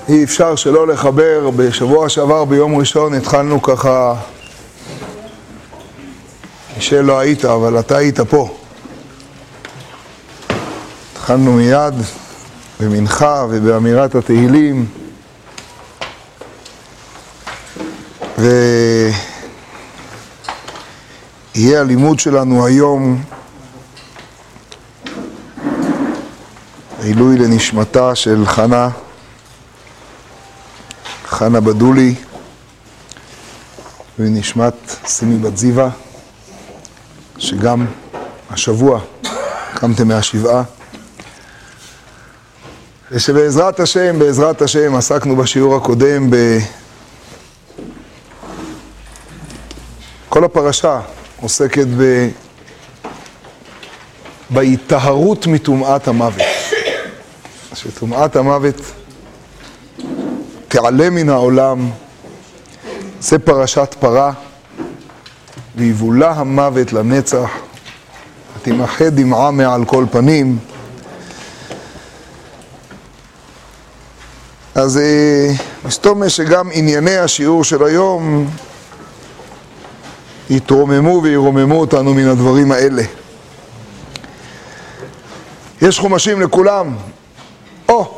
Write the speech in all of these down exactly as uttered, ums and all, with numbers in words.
אי אפשר שלא לחבר. בשבוע שעבר ביום ראשון התחלנו ככה, שלא היית, אבל אתה היית פה. התחלנו מיד במנחה ובאמירת התהילים, ויהיה הלימוד שלנו היום עילוי לנשמתה של חנה, חנה בדולי, ונשמת סימי בת זיווה, שגם השבוע קמתם מהשבעה, ושבעזרת השם, בעזרת השם, עסקנו בשיעור הקודם בכל הפרשה, עוסקת ב... בהיטהרות מטומאת המוות. שטומאת המוות תעלה מן העולם. זה פרשת פרה, ויבולה המוות לנצח, ותמחה דמעה מעל כל פנים. אז מסתובב שגם ענייני השיעור של היום יתרוממו וירוממו אותנו מן הדברים האלה. יש חומשים לכולם. או,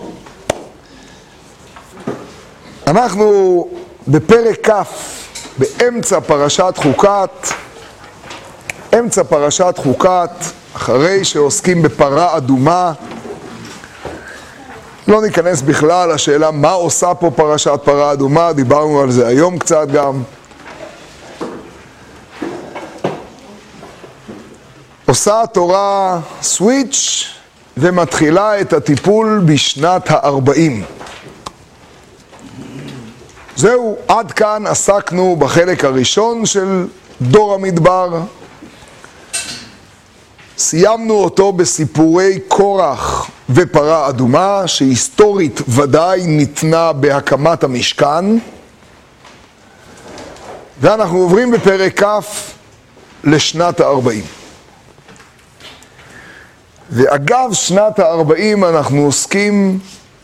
אנחנו בפרק כ', באמצע פרשת חוקת, אמצע פרשת חוקת, אחרי שעוסקים בפרה אדומה. לא ניכנס בכלל לשאלה מה עושה פה פרשת פרה אדומה, דיברנו על זה היום קצת גם. עושה התורה סוויץ' ומתחילה את הטיפול בשנת הארבעים. זהו, עד כאן עסקנו בחלק הראשון של דור המדבר. סיימנו אותו בסיפורי קורח ופרה אדומה, שהיסטורית ודאי ניתנה בהקמת המשכן. ואנחנו עוברים בפרק כ' לשנת הארבעים. ואגב שנת הארבעים אנחנו עוסקים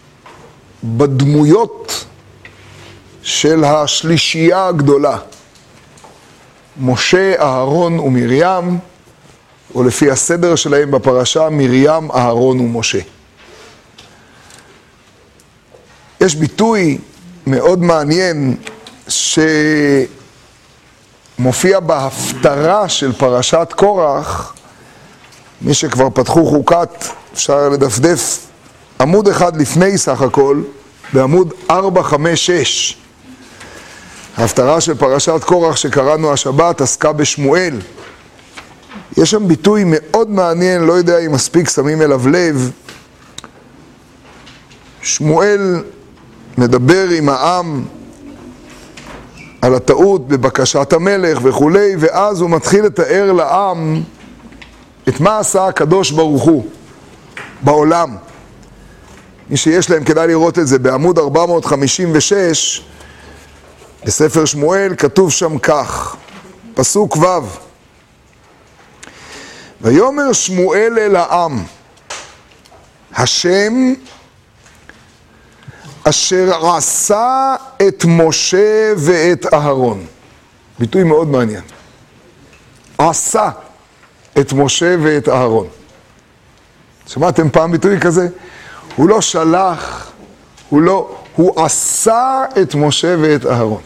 בדמויות של השלישייה הגדולה, משה, אהרון ומרים, או לפי הסדר שלהם בפרשה, מרים, אהרון ומשה. יש ביטוי מאוד מעניין שמופיע בהפטרה של פרשת קורח. מי שכבר פתחו חוקת, אפשר לדפדף עמוד אחד לפני סך הכל, בעמוד ארבע, חמש, שש. ההפטרה של פרשת קורח שקראנו השבת עסקה בשמואל. יש שם ביטוי מאוד מעניין, לא יודע אם מספיק שמים אליו לב. שמואל מדבר עם העם על הטעות בבקשת המלך וכו', ואז הוא מתחיל לתאר לעם את מה עשה הקדוש ברוך הוא בעולם. מי שיש להם כדאי לראות את זה בעמוד ארבע מאות חמישים ושש, בספר שמואל כתוב שם כך, פסוק ו': ויאמר שמואל אל העם, השם אשר עשה את משה ואת אהרון. ביטוי מאוד מעניין. עשה את משה ואת אהרון. שמעתם פעם ביטוי כזה? הוא לא שלח, הוא לא, הוא עשה את משה ואת אהרון.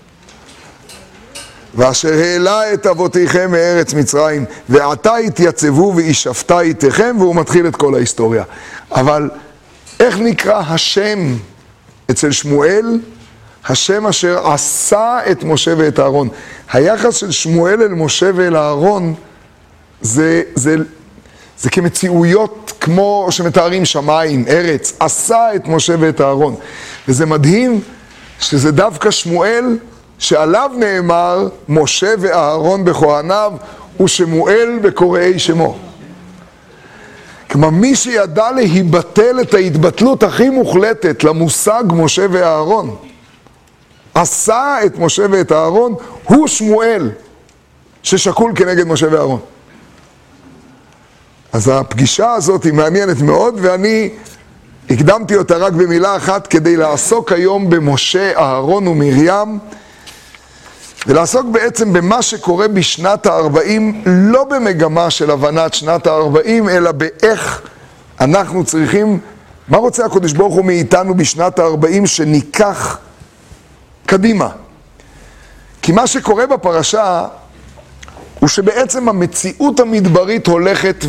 ואשר העלה את אבותיכם מארץ מצרים, ועתה התייצבו וישפטה איתכם, והוא מתחיל את כל ההיסטוריה. אבל איך נקרא השם אצל שמואל? השם אשר עשה את משה ואת אהרון. היחס של שמואל אל משה ואל אהרון זה, זה, זה כמציאויות כמו שמתארים שמיים, ארץ, עשה את משה ואת אהרון. וזה מדהים שזה דווקא שמואל שעליו נאמר משה ואהרון בכהניו ושמואל בקוראי שמו. כלומר, מי שידע להיבטל את ההתבטלות הכי מוחלטת למושג משה ואהרון, עשה את משה ואת אהרון, הוא שמואל ששקול כנגד משה ואהרון. אז הפגישה הזאת היא מעניינת מאוד, ואני הקדמתי אותה רק במילה אחת כדי לעסוק היום במשה, אהרון ומרים, ולעסוק בעצם במה שקורה בשנת ה-ארבעים, לא במגמה של הבנת שנת ה-ארבעים, אלא באיך אנחנו צריכים, מה רוצה הקדוש ברוך הוא מאיתנו בשנת ה-ארבעים שניקח קדימה. כי מה שקורה בפרשה הוא שבעצם המציאות המדברית הולכת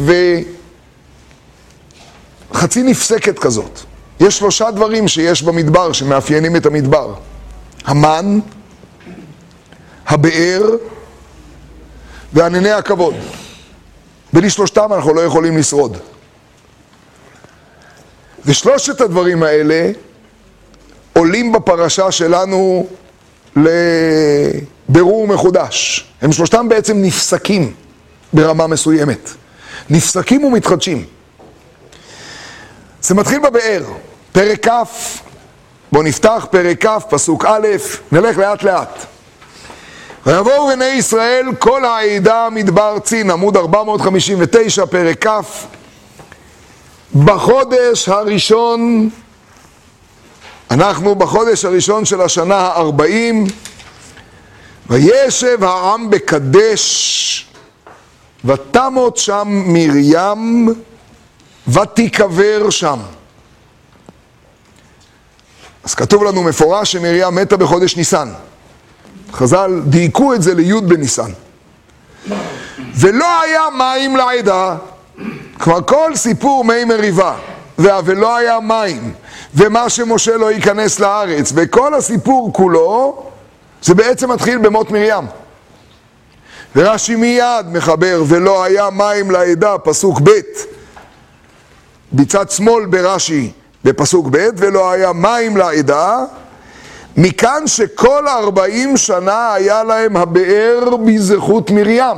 וחצי נפסקת כזאת. יש שלושה דברים שיש במדבר שמאפיינים את המדבר. המן, הבאר וענני הכבוד. בלי שלושתם אנחנו לא יכולים לשרוד. ושלושת הדברים האלה עולים בפרשה שלנו לבירור מחודש. הם שלושתם בעצם נפסקים ברמה מסוימת. נפסקים ומתחדשים. זה מתחיל בבאר, פרק כ', בוא נפתח פרק כ', פסוק א', נלך לאט לאט. ויבואו בני ישראל כל העדה מדבר צין, עמוד ארבע מאות חמישים ותשע, פרק כ', בחודש הראשון, אנחנו בחודש הראשון של השנה ה-ארבעים, וישב העם בקדש, ותמות שם מרים, ותיקבר שם. אז כתוב לנו מפורש שמרים מתה בחודש ניסן. חז"ל דייקו את זה לי' בניסן. ולא היה מים לעדה, כבר כל סיפור מי מריבה, ולא היה מים, ומה שמשה לא ייכנס לארץ, וכל הסיפור כולו, זה בעצם מתחיל במות מרים. ורש"י מיד מחבר, ולא היה מים לעדה, פסוק ב', בצד שמאל ברש"י, בפסוק ב', ולא היה מים לעדה, מכאן שכל ארבעים שנה היה להם הבאר בזכות מרים.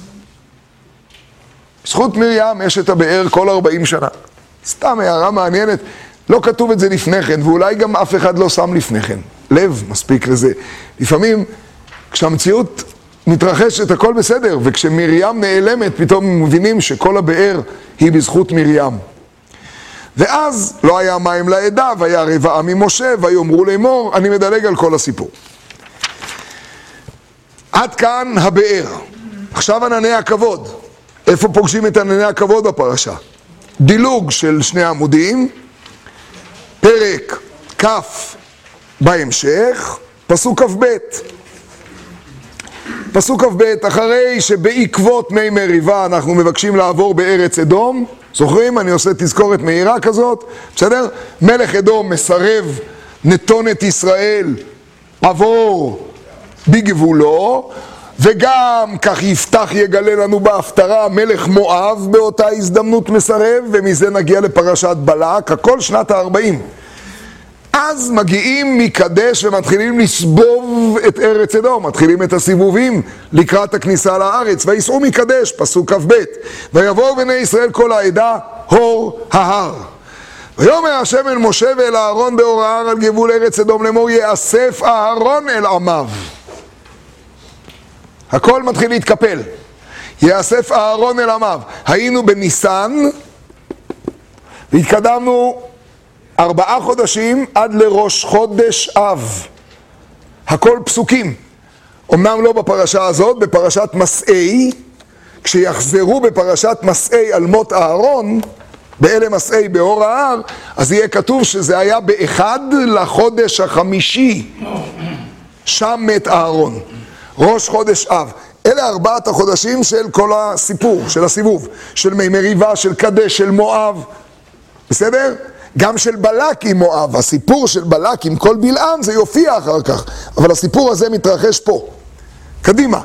בזכות מרים יש את הבאר כל ארבעים שנה. סתם הערה מעניינת, לא כתוב את זה לפני כן, ואולי גם אף אחד לא שם לפני כן. לב מספיק לזה. לפעמים כשהמציאות מתרחשת הכל בסדר, וכשמרים נעלמת פתאום מבינים שכל הבאר היא בזכות מרים. ואז לא היה מים לעדה, והיה רבעה ממשה, ויאמרו לאמור, אני מדלג על כל הסיפור. עד כאן הבאר. עכשיו ענני הכבוד. איפה פוגשים את ענני הכבוד בפרשה? דילוג של שני עמודים, פרק כ' בהמשך, פסוק כ"ב. פסוק כ"ב, אחרי שבעקבות מי מריבה אנחנו מבקשים לעבור בארץ אדום, זוכרים? אני עושה תזכורת מהירה כזאת, בסדר? מלך אדום מסרב נתונת ישראל עבור בגבולו, וגם כך יפתח יגלה לנו בהפטרה מלך מואב באותה הזדמנות מסרב, ומזה נגיע לפרשת בלק, הכל שנת ה-ארבעים. אז מגיעים מקדש ומתחילים לסבוב את ארץ אדום, מתחילים את הסיבובים לקראת הכניסה לארץ, ויסעו מקדש, פסוק כ"ב, ויבואו בני ישראל כל העדה הור ההר. ויאמר השם אל משה ואל אהרון באור ההר על גבול ארץ אדום לאמור, יאסף אהרון אל עמיו. הכל מתחיל להתקפל. יאסף אהרון אל עמיו. היינו בניסן והתקדמנו ארבעה חודשים עד לראש חודש אב. הכל פסוקים. אמנם לא בפרשה הזאת, בפרשת מסעי, כשיחזרו בפרשת מסעי על מות אהרון, באלה מסעי באור ההר, אז יהיה כתוב שזה היה באחד לחודש החמישי. שם מת אהרון. ראש חודש אב. אלה ארבעת החודשים של כל הסיפור, של הסיבוב, של מי מריבה, של קדש, של מואב. בסדר? גם של בלק עם מואב. הסיפור של בלק עם כל בלעם זה יופיע אחר כך. אבל הסיפור הזה מתרחש פה. קדימה.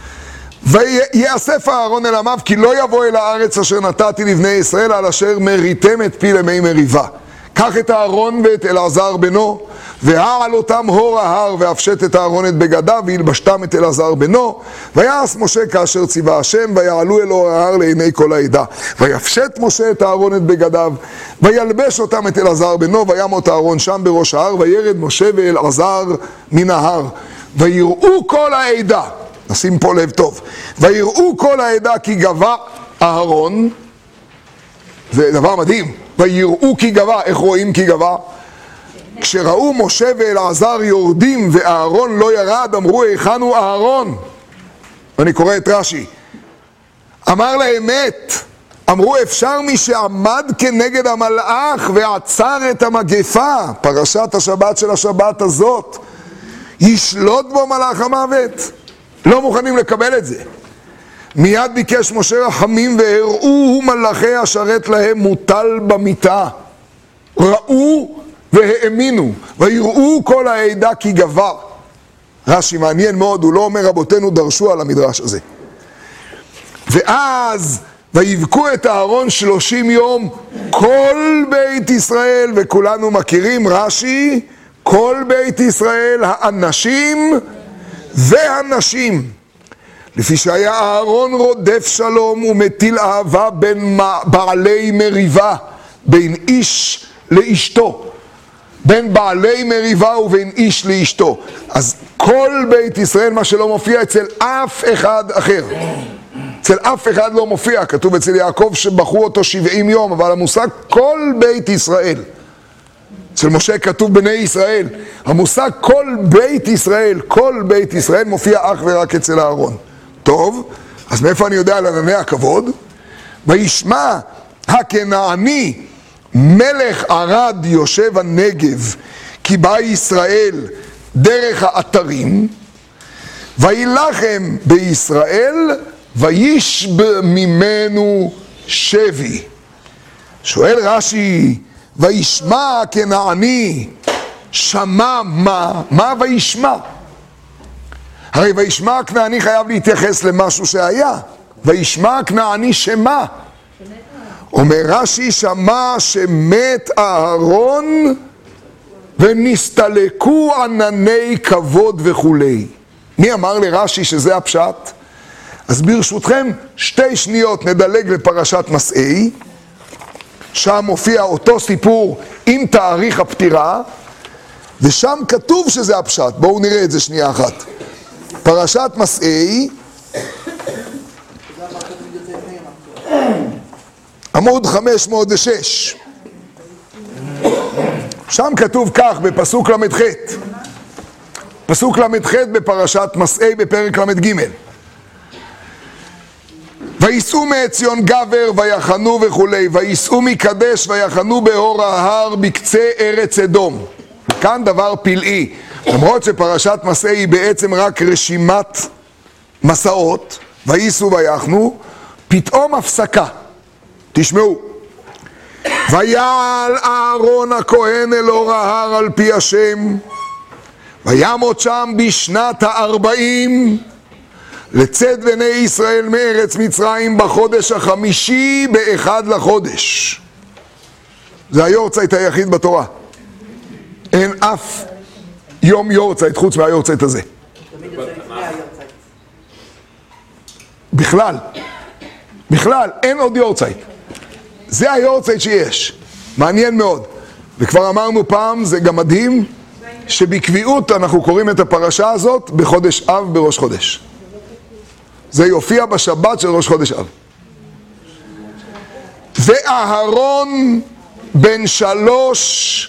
ויאסף אהרון אל עמיו, כי לא יבוא אל הארץ אשר נתתי לבני ישראל, על אשר מריתם את פי למי מריבה. קח את אהרון ואת אלעזר בנו, והעל אותם הור ההר, והפשט את אהרון את בגדיו, והלבשתם את אלעזר בנו, ויעש משה כאשר ציווה השם, ויעלו אל הור ההר לעיני כל העדה. ויפשט משה את אהרון את בגדיו, וילבש אותם את אלעזר בנו, וימות אהרון שם בראש ההר, וירד משה ואלעזר מן ההר. ויראו כל העדה, נשים פה לב טוב, ויראו כל העדה כי גבה אהרון, זה דבר מדהים, ויראו כי גבה. איך רואים כי גבה? כשראו משה ואלעזר יורדים ואהרון לא ירד, אמרו היכן הוא אהרון? ואני קורא את רש"י. אמר להם אמת, אמרו אפשר מי שעמד כנגד המלאך ועצר את המגפה, פרשת השבת של השבת הזאת, ישלוט בו מלאך המוות? לא מוכנים לקבל את זה. מיד ביקש משה רחמים והראו מלאכי השרת להם מוטל במיטה. ראו והאמינו ויראו כל העדה כי גבר. רש"י מעניין מאוד, הוא לא אומר רבותינו דרשו על המדרש הזה. ואז ויבכו את אהרון שלושים יום כל בית ישראל, וכולנו מכירים רש"י, כל בית ישראל, האנשים והנשים. לפי שהיה אהרון רודף שלום ומטיל אהבה בין בעלי מריבה, בין איש לאשתו. בין בעלי מריבה ובין איש לאשתו. אז כל בית ישראל, מה שלא מופיע אצל אף אחד אחר. אצל אף אחד לא מופיע, כתוב אצל יעקב שבחרו אותו שבעים יום, אבל המושג כל בית ישראל. אצל משה כתוב בני ישראל. המושג כל בית ישראל, כל בית ישראל מופיע אך ורק אצל אהרון. טוב, אז מאיפה אני יודע על ענני הכבוד? וישמע הכנעני מלך ערד יושב הנגב, כי בא ישראל דרך האתרים, וילחם בישראל, ויש ממנו שבי. שואל רש"י, וישמע כנעני, שמע מה? מה וישמע? הרי וישמע כנעני חייב להתייחס למשהו שהיה. וישמע כנעני שמה? אומר רש"י, שמע שמת אהרון ונסתלקו ענני כבוד וכולי. מי אמר לרש"י שזה הפשט? אז ברשותכם שתי שניות נדלג לפרשת מסעי, שם מופיע אותו סיפור עם תאריך הפטירה, ושם כתוב שזה הפשט. בואו נראה את זה שנייה אחת. פרשת מסעי, עמוד חמש מאות ושש. שם כתוב כך בפסוק למד ח', פסוק למד ח' בפרשת מסעי בפרק למד ג'. ויסעו מעציון גבר ויחנו וכולי, ויסעו מקדש ויחנו באור ההר בקצה ארץ אדום. כאן דבר פלאי, למרות שפרשת מסעי היא בעצם רק רשימת מסעות, ויסעו ויחנו, פתאום הפסקה. תשמעו, ויעל אהרון הכהן אל אור ההר על פי השם, וימות שם בשנת הארבעים לצאת בני ישראל מארץ מצרים בחודש החמישי באחד לחודש. זה היורצייט היחיד בתורה. אין אף יום יורצייט חוץ מהיורצייט הזה. בכלל, בכלל אין עוד יורצייט. זה היורצייט שיש. מעניין מאוד. וכבר אמרנו פעם, זה גם מדהים, שבקביעות אנחנו קוראים את הפרשה הזאת בחודש אב בראש חודש. זה יופיע בשבת של ראש חודש אב. ואהרון בן שלוש,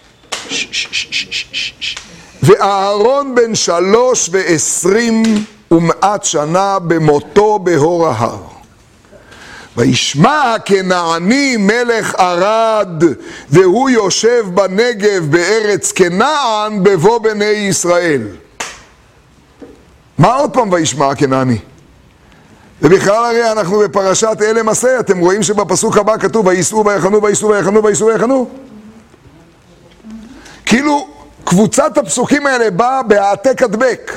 ואהרון בן שלוש ועשרים ומעט שנה במותו בהור ההר. וישמע כנעני מלך ערד, והוא יושב בנגב בארץ כנען בבוא בני ישראל. מה עוד פעם וישמע כנעני? ובכלל הרי אנחנו בפרשת אלה מסעי, אתם רואים שבפסוק הבא כתוב ויסעו ויחנו ויסעו ויחנו ויסעו ויחנו. כאילו קבוצת הפסוקים האלה באה בהעתק הדבק.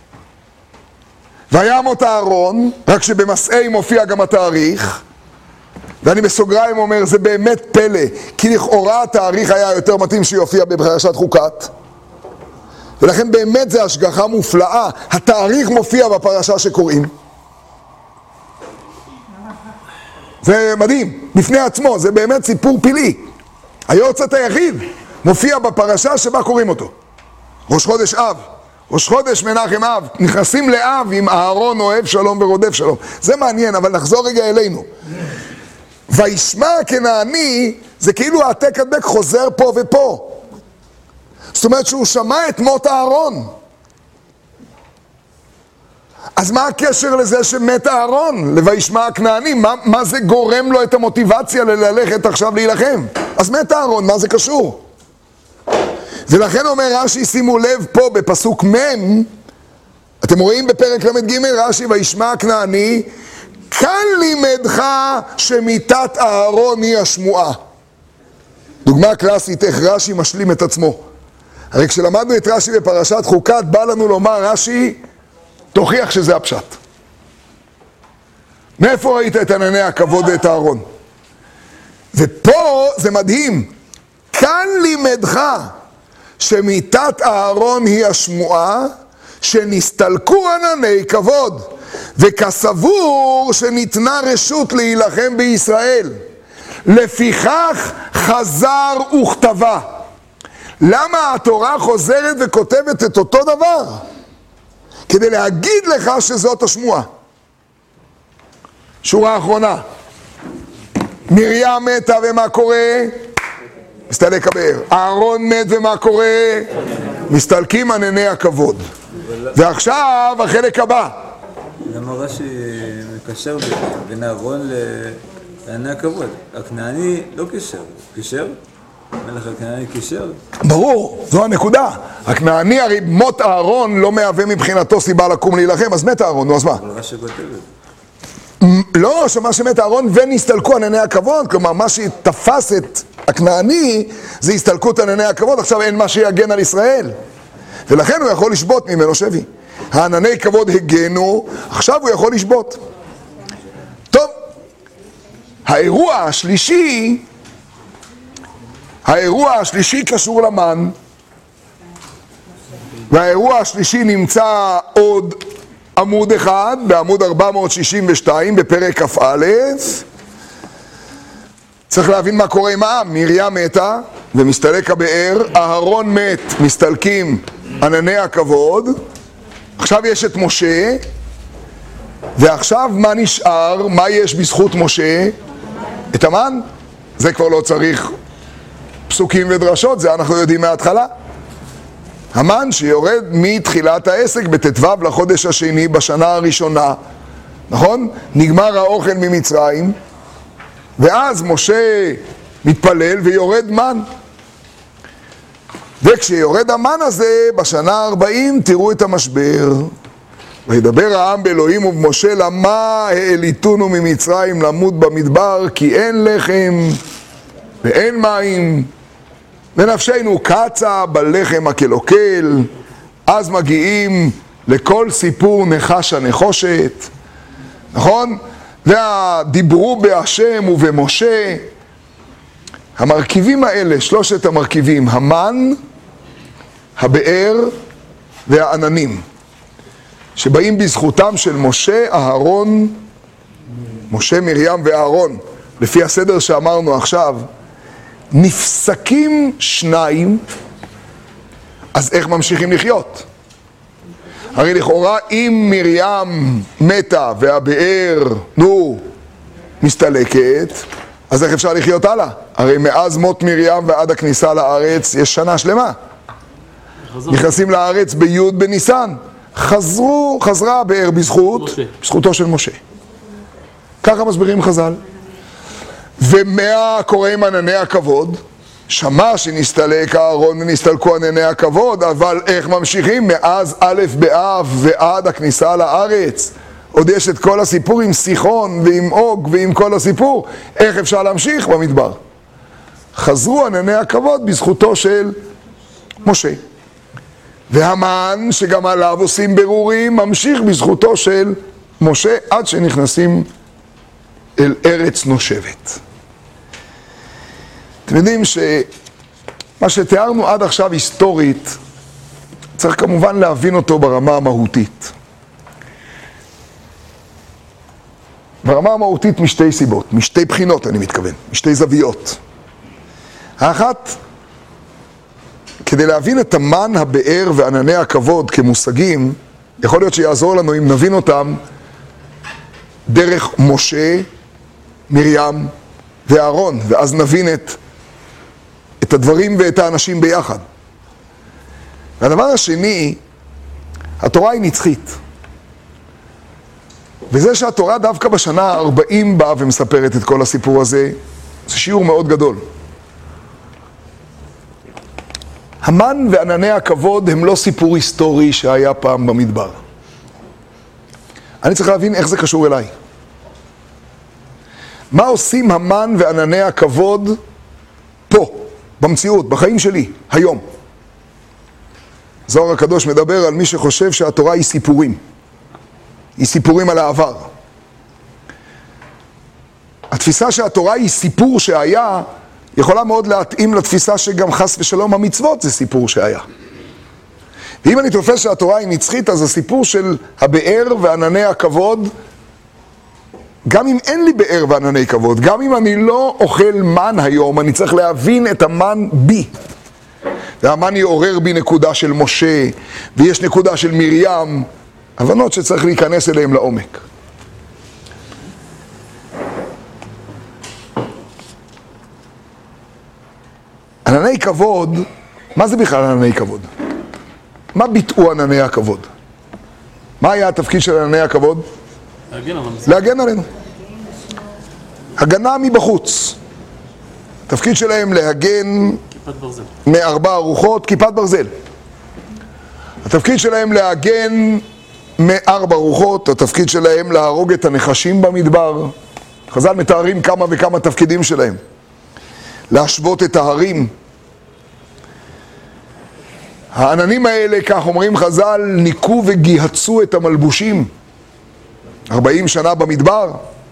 וימות אהרון, רק שבמסעי מופיע גם התאריך, ואני בסוגריים אומר, זה באמת פלא, כי לכאורה התאריך היה יותר מתאים שיופיע בפרשת חוקת, ולכן באמת זה השגחה מופלאה, התאריך מופיע בפרשה שקוראים. זה מדהים, בפני עצמו, זה באמת סיפור פלאי. היורצייט היחיד מופיע בפרשה שבה קוראים אותו. ראש חודש אב, ראש חודש מנחם אב, נכנסים לאב עם אהרון אוהב שלום ורודף שלום. זה מעניין, אבל נחזור רגע אלינו. וישמע הכנעני, זה כאילו העתק הדבק חוזר פה ופה. זאת אומרת שהוא שמע את מות אהרון. אז מה הקשר לזה שמת אהרון, לוישמע הכנעני? מה, מה זה גורם לו את המוטיבציה ללכת עכשיו להילחם? אז מת אהרון, מה זה קשור? ולכן אומר רש"י, שימו לב פה בפסוק מ', אתם רואים בפרק למד ג' רש"י, וישמע הכנעני, כאן לימדך שמיתת אהרון היא השמועה. דוגמה קלאסית איך רש"י משלים את עצמו. הרי כשלמדנו את רש"י בפרשת חוקת, בא לנו לומר רש"י, תוכיח שזה הפשט. מאיפה ראית את ענני הכבוד ואת אהרון? ופה זה מדהים, כאן לימדך שמיתת אהרון היא השמועה, שנסתלקו ענני כבוד, וכסבור שניתנה רשות להילחם בישראל. לפיכך חזר וכתבה. למה התורה חוזרת וכותבת את אותו דבר? כדי להגיד לך שזאת השמועה. שורה אחרונה. מרים מתה ומה קורה? מסתלק הבאר. אהרון מת ומה קורה? מסתלקים ענני הכבוד. ועכשיו החלק הבא. למה רש"י מקשר בין אהרון לענני הכבוד? הכנעני לא קישר, קישר? מלך הכנעני קישר? ברור, זו הנקודה. הכנעני, הרי מות אהרון לא מהווה מבחינתו סיבה לקום להילחם, אז מת אהרון, נו אז מה? אבל רש"י כותב את זה. לא, שמה שמת אהרון ונסתלקו ענני הכבוד, כלומר מה שתפס את הכנעני זה הסתלקות ענני הכבוד, עכשיו אין מה שיגן על ישראל. ולכן הוא יכול לשבות ממנו שבי. הענני כבוד הגנו, עכשיו הוא יכול לשבות. טוב, האירוע השלישי, האירוע השלישי קשור למן, והאירוע השלישי נמצא עוד עמוד אחד, בעמוד ארבע מאות שישים ושתיים, בפרק כ"א. צריך להבין מה קורה עם העם. מרים מתה ומסתלק הבאר, אהרון מת, מסתלקים ענני הכבוד. עכשיו יש את משה, ועכשיו מה נשאר? מה יש בזכות משה? את המן. זה כבר לא צריך פסוקים ודרשות, זה אנחנו יודעים מההתחלה. המן שיורד מתחילת העסק בט"ו לחודש השני בשנה הראשונה, נכון? נגמר האוכל ממצרים, ואז משה מתפלל ויורד מן. וכשיורד המן הזה בשנה ה-ארבעים תראו את המשבר. וידבר העם באלוהים ובמשה, למה העליתונו ממצרים למות במדבר, כי אין לחם ואין מים ונפשנו קצה בלחם הקלוקל. אז מגיעים לכל סיפור נחש הנחושת, נכון? והדיברו בהשם ובמשה. המרכיבים האלה, שלושת המרכיבים, המן, הבאר והעננים, שבאים בזכותם של משה, אהרון, משה, מרים ואהרון, לפי הסדר שאמרנו עכשיו, נפסקים שניים, אז איך ממשיכים לחיות? הרי לכאורה אם מרים מתה והבאר, נו, מסתלקת, אז איך אפשר לחיות הלאה? הרי מאז מות מרים ועד הכניסה לארץ יש שנה שלמה. חזור. נכנסים לארץ בי' בניסן. חזרו, חזרה הבאר בזכות, משה. בזכותו של משה. ככה מסבירים חז"ל. ומה קורה עם ענני הכבוד? שמע שנסתלק אהרון ונסתלקו ענני הכבוד, אבל איך ממשיכים? מאז א' באב ועד הכניסה לארץ. עוד יש את כל הסיפור עם סיחון ועם אוג ועם כל הסיפור. איך אפשר להמשיך במדבר? חזרו ענני הכבוד בזכותו של משה. והמן, שגם עליו עושים ברורים, ממשיך בזכותו של משה עד שנכנסים אל ארץ נושבת. אתם יודעים שמה שתיארנו עד עכשיו היסטורית, צריך כמובן להבין אותו ברמה המהותית. ברמה המהותית משתי סיבות, משתי בחינות אני מתכוון, משתי זוויות. האחת, כדי להבין את המן, הבאר וענני הכבוד כמושגים, יכול להיות שיעזור לנו אם נבין אותם דרך משה, מרים ואהרון, ואז נבין את, את הדברים ואת האנשים ביחד. והדבר השני, התורה היא נצחית. וזה שהתורה דווקא בשנה ה-ארבעים באה ומספרת את כל הסיפור הזה, זה שיעור מאוד גדול. המן וענני הכבוד הם לא סיפור היסטורי שהיה פעם במדבר. אני צריך להבין איך זה קשור אליי. מה עושים המן וענני הכבוד פה, במציאות, בחיים שלי, היום? זוהר הקדוש מדבר על מי שחושב שהתורה היא סיפורים. היא סיפורים על העבר. התפיסה שהתורה היא סיפור שהיה, יכולה מאוד להתאים לתפיסה שגם חס ושלום המצוות זה סיפור שהיה. ואם אני תופס שהתורה היא נצחית, אז הסיפור של הבאר וענני הכבוד, גם אם אין לי באר וענני כבוד, גם אם אני לא אוכל מן היום, אני צריך להבין את המן בי. והמן יעורר בי נקודה של משה, ויש נקודה של מרים, הבנות שצריך להיכנס אליהם לעומק. ענני כבוד, מה זה בכלל ענני כבוד? מה ביטאו ענני הכבוד? מה היה התפקיד של ענני הכבוד? להגן עלינו. להגן עלינו. הגנה מבחוץ. התפקיד שלהם להגן כיפת ברזל. מארבע רוחות, כיפת ברזל. התפקיד שלהם להגן מארבע רוחות, התפקיד שלהם להרוג את הנחשים במדבר. חז"ל מתארים כמה וכמה תפקידים שלהם. להשוות את ההרים. העננים האלה, כך אומרים חז"ל, ניקו וגיהצו את המלבושים. ארבעים שנה במדבר.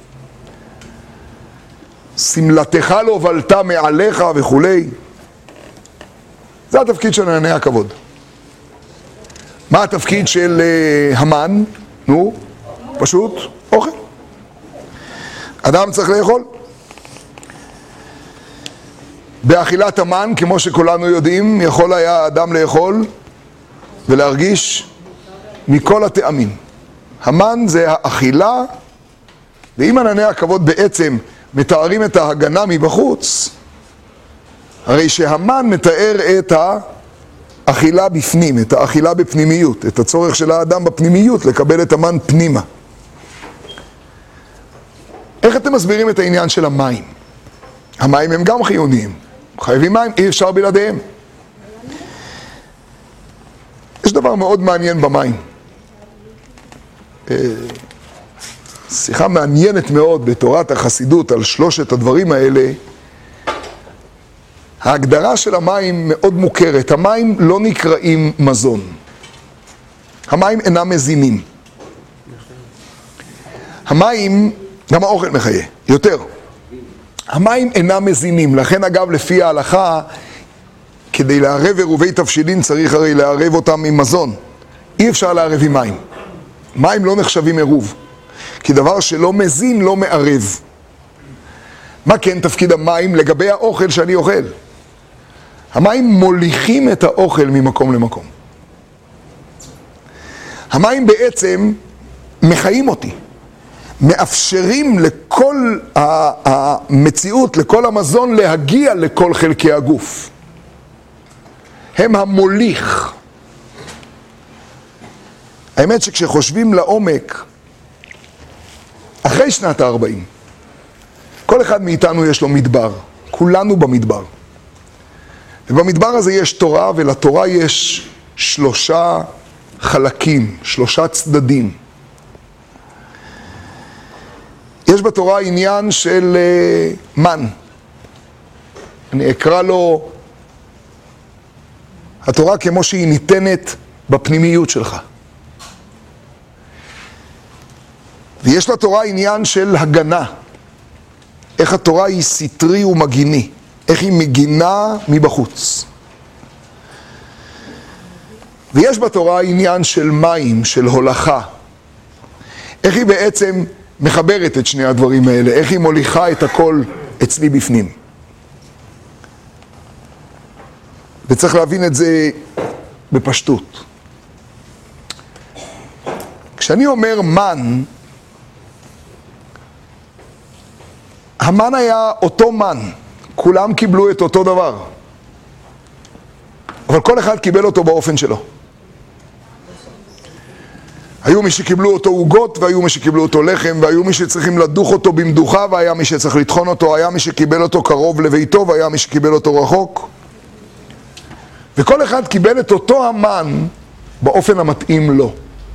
סמלתך לא הובלתה מעליך וכולי. זה התפקיד של ענני הכבוד. מה התפקיד של uh, המן? נו, פשוט אוכל. אדם צריך לאכול. באכילת המן, כמו שכולנו יודעים, יכול היה האדם לאכול ולהרגיש מכל הטעמים. המן זה האכילה, ואם ענני הכבוד בעצם מתארים את ההגנה מבחוץ, הרי שהמן מתאר את האכילה בפנים, את האכילה בפנימיות, את הצורך של האדם בפנימיות לקבל את המן פנימה. איך אתם מסבירים את העניין של המים? המים הם גם חיוניים. חייבים מים, אי אפשר בלעדיהם. יש דבר מאוד מעניין במים. שיחה מעניינת מאוד בתורת החסידות על שלושת הדברים האלה. ההגדרה של המים מאוד מוכרת. המים לא נקראים מזון. המים אינם מזינים. המים, גם האוכל מחיה, יותר. המים אינם מזינים, לכן אגב לפי ההלכה, כדי לערב עירובי תבשילין צריך הרי לערב אותם עם מזון. אי אפשר לערב עם מים. מים לא נחשבים עירוב, כי דבר שלא מזין לא מערב. מה כן תפקיד המים לגבי האוכל שאני אוכל? המים מוליכים את האוכל ממקום למקום. המים בעצם מחיים אותי. מאפשרים לכל המציאות, לכל המזון להגיע לכל חלקי הגוף. הם המוליך. האמת שכשחושבים לעומק, אחרי שנת ה-ארבעים, כל אחד מאיתנו יש לו מדבר, כולנו במדבר. ובמדבר הזה יש תורה, ולתורה יש שלושה חלקים, שלושה צדדים. יש בתורה עניין של uh, מן. אני אקרא לו התורה כמו שהיא ניתנת בפנימיות שלך. ויש לתורה עניין של הגנה. איך התורה היא סתרי ומגיני. איך היא מגינה מבחוץ. ויש בתורה עניין של מים, של הולכה. איך היא בעצם מחברת את שני הדברים האלה, איך היא מוליכה את הכל אצלי בפנים. וצריך להבין את זה בפשטות. כשאני אומר מן, המן היה אותו מן, כולם קיבלו את אותו דבר, אבל כל אחד קיבל אותו באופן שלו. היו מי שקיבלו אותו עוגות, והיו מי שקיבלו אותו לחם, והיו מי שצריכים לדוך אותו במדוחה, והיה מי שצריך לטחון אותו, היה מי שקיבל אותו קרוב לביתו, והיה מי שקיבל אותו רחוק. וכל אחד קיבל את אותו המן באופן המתאים לו.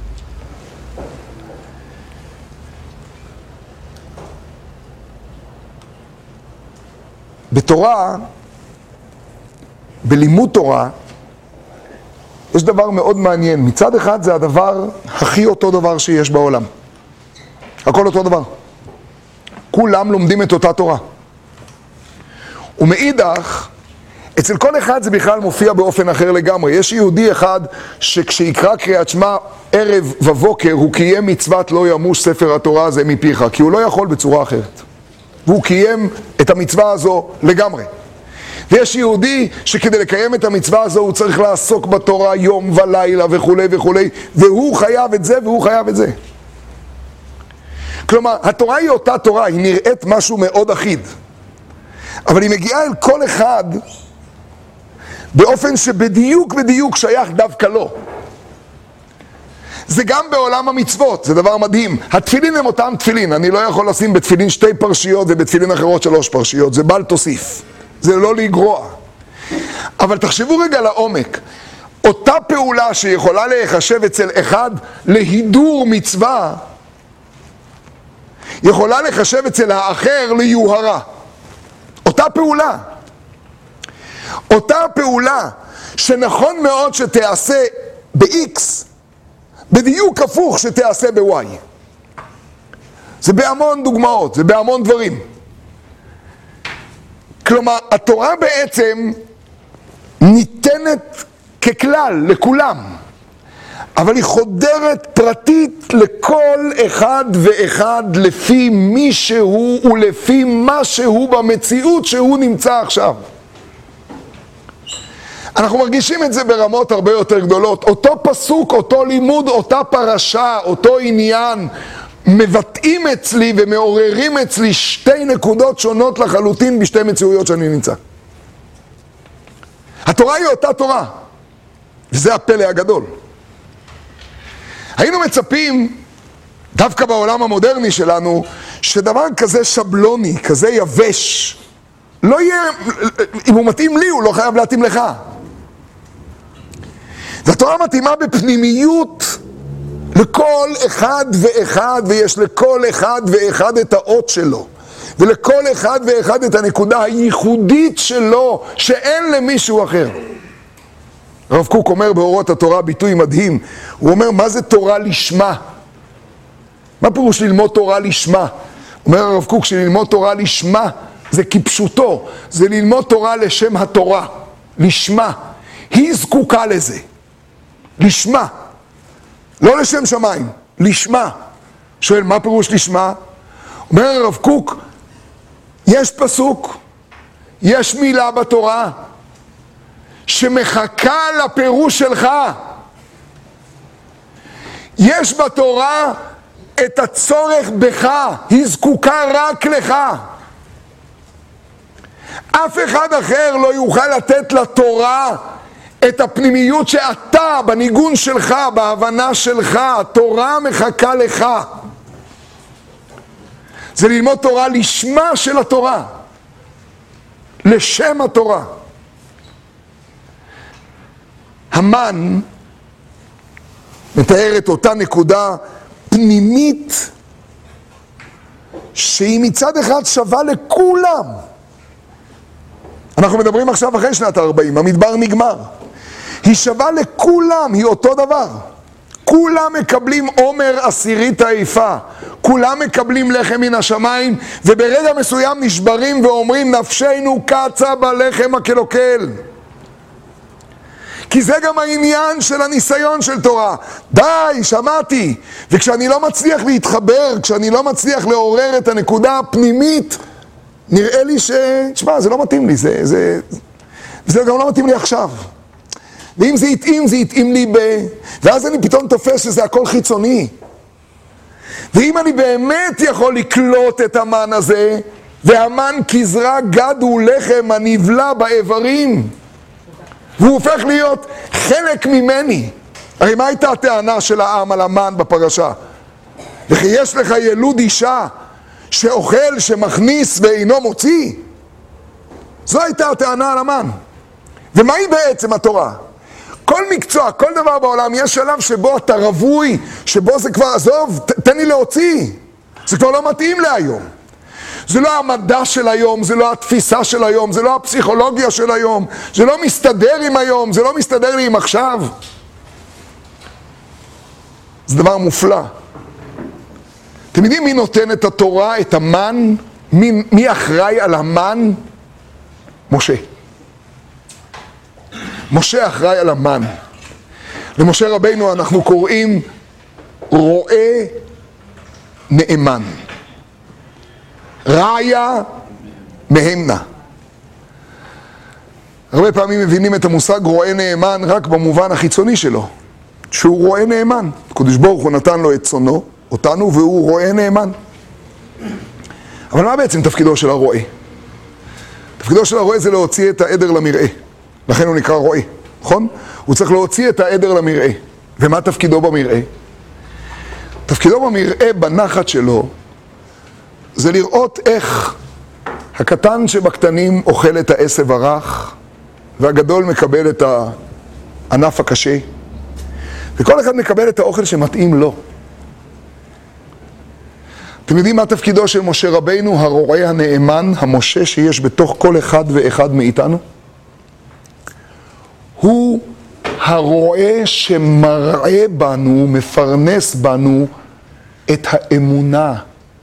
בתורה, בלימוד תורה, יש דבר מאוד מעניין. מצד אחד זה הדבר הכי אותו דבר שיש בעולם. הכל אותו דבר. כולם לומדים את אותה תורה. ומאידך, אצל כל אחד זה בכלל מופיע באופן אחר לגמרי. יש יהודי אחד שכשיקרא קריאת שמע ערב ובוקר, הוא קיים מצוות לא ימוש ספר התורה הזה מפיך, כי הוא לא יכול בצורה אחרת. והוא קיים את המצווה הזו לגמרי. ויש יהודי שכדי לקיים את המצווה הזו הוא צריך לעסוק בתורה יום ולילה וכו' וכו', והוא חייב את זה והוא חייב את זה. כלומר, התורה היא אותה תורה, היא נראית משהו מאוד אחיד. אבל היא מגיעה אל כל אחד באופן שבדיוק בדיוק שייך דווקא לו. זה גם בעולם המצוות, זה דבר מדהים. התפילין הם אותם תפילין, אני לא יכול לשים בתפילין שתי פרשיות ובתפילין אחרות שלוש פרשיות, זה בל תוסיף, זה לא לגרוע. אבל תחשבו רגע לעומק, אותה פעולה שיכולה להיחשב אצל אחד להידור מצווה, יכולה לחשב אצל האחר ליוהרה. אותה פעולה. אותה פעולה שנכון מאוד שתעשה ב-X, בדיוק הפוך שתעשה ב-Y. זה בהמון דוגמאות, זה בהמון דברים. כלומר, התורה בעצם ניתנת ככלל לכולם, אבל היא חודרת פרטית לכל אחד ואחד לפי מי שהוא ולפי מה שהוא במציאות שהוא נמצא עכשיו. אנחנו מרגישים את זה ברמות הרבה יותר גדולות. אותו פסוק, אותו לימוד, אותה פרשה, אותו עניין, מבטאים אצלי ומעוררים אצלי שתי נקודות שונות לחלוטין בשתי מציאויות שאני נמצא. התורה היא אותה תורה, וזה הפלא הגדול. היינו מצפים, דווקא בעולם המודרני שלנו, שדבר כזה שבלוני, כזה יבש, לא יהיה, אם הוא מתאים לי, הוא לא חייב להתאים לך. והתורה מתאימה בפנימיות לכל אחד ואחד, ויש לכל אחד ואחד את האות שלו, ולכל אחד ואחד את הנקודה הייחודית שלו, שאין למישהו אחר. הרב קוק אומר באורות התורה ביטוי מדהים, הוא אומר, מה זה תורה לשמה? מה פירוש ללמוד תורה לשמה? אומר הרב קוק שללמוד תורה לשמה זה כפשוטו, זה ללמוד תורה לשם התורה, לשמה. היא זקוקה לזה, לשמה, לא לשם שמיים, לשמה. שואל, מה פירוש לשמה? אומר הרב קוק, יש פסוק, יש מילה בתורה שמחכה לפירוש שלך. יש בתורה את הצורך בך, היא זקוקה רק לך. אף אחד אחר לא יוכל לתת לתורה את הפנימיות שאתה, בניגון שלך, בהבנה שלך, התורה מחכה לך. זה ללמוד תורה לשמה של התורה, לשם התורה. המן מתאר את אותה נקודה פנימית שהיא מצד אחד שווה לכולם. אנחנו מדברים עכשיו אחרי שנת ה-ארבעים, המדבר נגמר. היא שווה לכולם, היא אותו דבר. כולם מקבלים עומר עשירית העיפה, כולם מקבלים לחם מן השמיים, וברגע מסוים נשברים ואומרים, נפשנו קצה בלחם הקלוקל. כי זה גם העניין של הניסיון של תורה. די, שמעתי. וכשאני לא מצליח להתחבר, כשאני לא מצליח לעורר את הנקודה הפנימית, נראה לי ש... תשמע, זה לא מתאים לי, זה, זה... זה גם לא מתאים לי עכשיו. ואם זה יתאים, זה יתאים לי ב... ואז אני פתאום תופס שזה הכל חיצוני. ואם אני באמת יכול לקלוט את המן הזה, והמן כזרע גד הוא לחם הנבלע באיברים, והוא הופך להיות חלק ממני. הרי מה הייתה הטענה של העם על המן בפרשה? וכי יש לך ילוד אישה שאוכל, שמכניס ואינו מוציא? זו הייתה הטענה על המן. ומהי בעצם התורה? כל מקצוע, כל דבר בעולם, יש שלב שבו אתה רבוי, שבו זה כבר, עזוב, ת, תן לי להוציא. זה כבר לא מתאים להיום. זה לא המדע של היום, זה לא התפיסה של היום, זה לא הפסיכולוגיה של היום, זה לא מסתדר עם היום, זה לא מסתדר לי עם עכשיו. זה דבר מופלא. אתם יודעים מי נותן את התורה, את המן? מי, מי אחראי על המן? משה. משה אחראי על המן. למשה רבינו אנחנו קוראים רועה נאמן. ראיה מהמנה. הרבה פעמים מבינים את המושג רועה נאמן רק במובן החיצוני שלו, שהוא רועה נאמן. הקדוש ברוך הוא נתן לו את צונו, אותנו, והוא רועה נאמן. אבל מה בעצם תפקידו של הרועה? תפקידו של הרועה זה להוציא את העדר למרעה. לכן הוא נקרא רועה, נכון? הוא צריך להוציא את העדר למרעה. ומה תפקידו במרעה? תפקידו במרעה, בנחת שלו, זה לראות איך הקטן שבקטנים אוכל את העשב הרך, והגדול מקבל את הענף הקשה, וכל אחד מקבל את האוכל שמתאים לו. אתם יודעים מה תפקידו של משה רבינו, הרועה הנאמן, המשה שיש בתוך כל אחד ואחד מאיתנו? הוא הרועה שמראה בנו, מפרנס בנו את האמונה.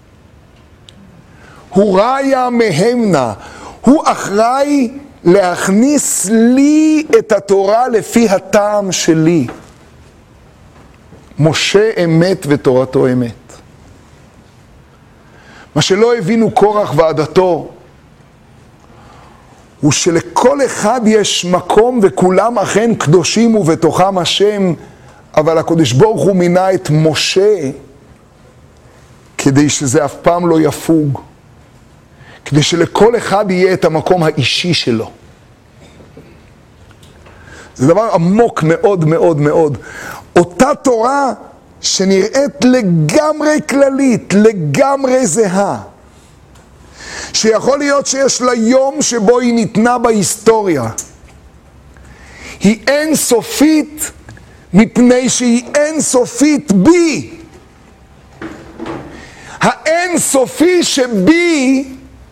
הוא ראיה מהמנה, הוא אחראי להכניס לי את התורה לפי הטעם שלי. משה אמת ותורתו אמת. מה שלא הבינו קורח ועדתו, הוא שלכל אחד יש מקום וכולם אכן קדושים ובתוכם השם, אבל הקדוש ברוך הוא מינה את משה כדי שזה אף פעם לא יפוג, כדי שלכל אחד יהיה את המקום האישי שלו. זה דבר עמוק מאוד מאוד מאוד. אותה תורה שנראית לגמרי כללית, לגמרי זהה, שיכול להיות שיש לה יום שבו היא ניתנה בהיסטוריה, היא אין סופית מפני שהיא אין סופית בי. האין סופי שבי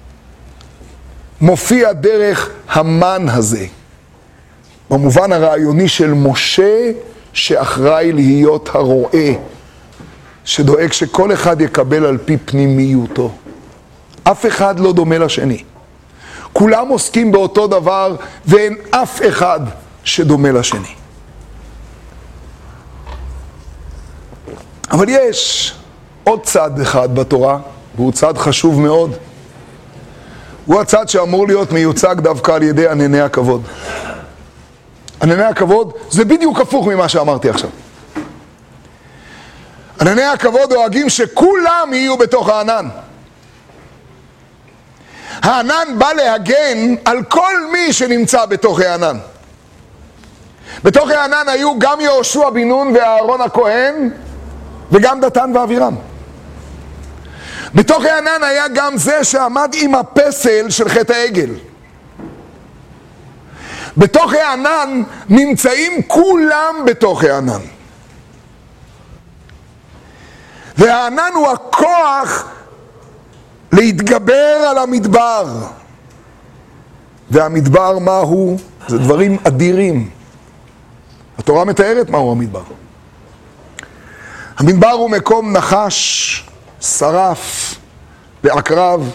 מופיע דרך המן הזה, במובן הרעיוני של משה שאחראי להיות הרועה, שדואג שכל אחד יקבל על פי פנימיותו. אף אחד לא דומה לשני. כולם עוסקים באותו דבר ואין אף אחד שדומה לשני. אבל יש עוד צד אחד בתורה, והוא צד חשוב מאוד. הוא הצד שאמור להיות מיוצג דווקא על ידי ענני הכבוד. ענני הכבוד זה בדיוק הפוך ממה שאמרתי עכשיו. ענני הכבוד דואגים שכולם יהיו בתוך הענן. הענן בא להגן על כל מי שנמצא בתוך הענן. בתוך הענן היו גם יהושע בן נון ואהרון הכהן וגם דתן ואבירם. בתוך הענן היה גם זה שעמד עם הפסל של חטא העגל. בתוך הענן נמצאים כולם בתוך הענן. והענן הוא הכוח להתגבר על המדבר. והמדבר מהו? זה דברים אדירים. התורה מתארת מהו המדבר. המדבר הוא מקום נחש, שרף ועקרב.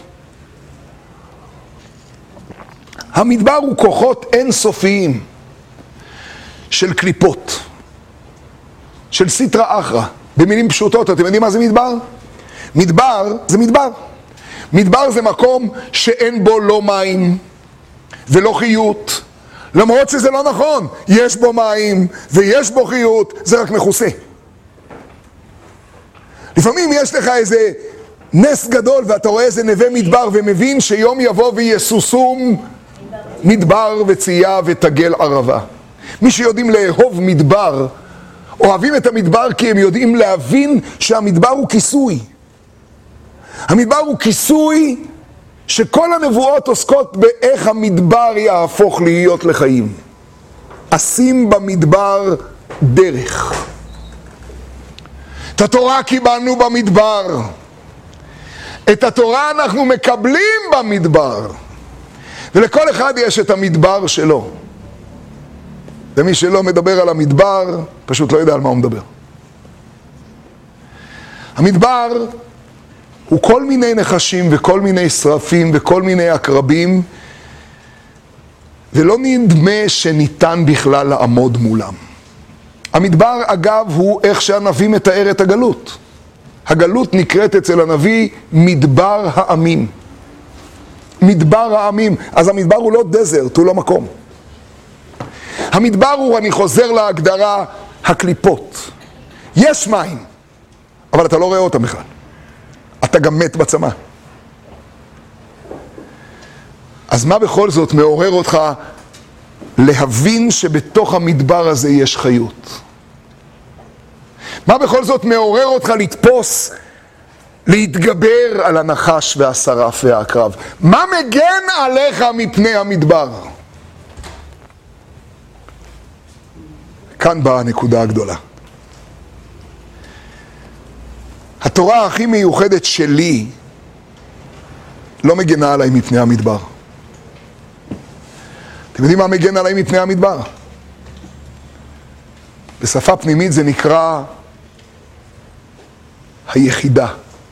המדבר הוא כוחות אינסופיים של קליפות, של סטרא אחרא. במילים פשוטות, אתם יודעים מה זה מדבר? מדבר זה מדבר. מדבר זה מקום שאין בו לא מים ולא חיות. למרות שזה לא נכון, יש בו מים ויש בו חיות, זה רק מכוסה. לפעמים יש לך איזה נס גדול, ואתה רואה איזה נווה מדבר ומבין שיום יבוא ויסוסום מדבר וצייה ותגל ערבה. מי שיודעים לאהוב מדבר, אוהבים את המדבר כי הם יודעים להבין שהמדבר הוא כיסוי. המדבר הוא כיסוי שכל הנבואות עוסקות באיך המדבר יהפוך להיות לחיים. אשים במדבר דרך. את התורה קיבלנו במדבר. את התורה אנחנו מקבלים במדבר. ולכל אחד יש את המדבר שלו. ומי שלא מדבר על המדבר, פשוט לא יודע על מה הוא מדבר. המדבר הוא כל מיני נחשים וכל מיני שרפים וכל מיני עקרבים, ולא נדמה שניתן בכלל לעמוד מולם. המדבר, אגב, הוא איך שהנביא מתאר את הגלות. הגלות נקראת אצל הנביא מדבר העמים. מדבר העמים. אז המדבר הוא לא דזרט, הוא לא מקום. המדבר הוא, אני חוזר להגדרה, הקליפות. יש מים, אבל אתה לא רואה אותם בכלל. אתה גם מת בצמא. אז מה בכל זאת מעורר אותך להבין שבתוך המדבר הזה יש חיות? מה בכל זאת מעורר אותך לתפוס, להתגבר על הנחש והשרף והעקרב? מה מגן עליך מפני המדבר? כאן באה הנקודה הגדולה. התורה הכי מיוחדת שלי לא מגנה עליי מפני המדבר. אתם יודעים מה מגן עליי מפני המדבר? בשפה פנימית זה נקרא היחידה.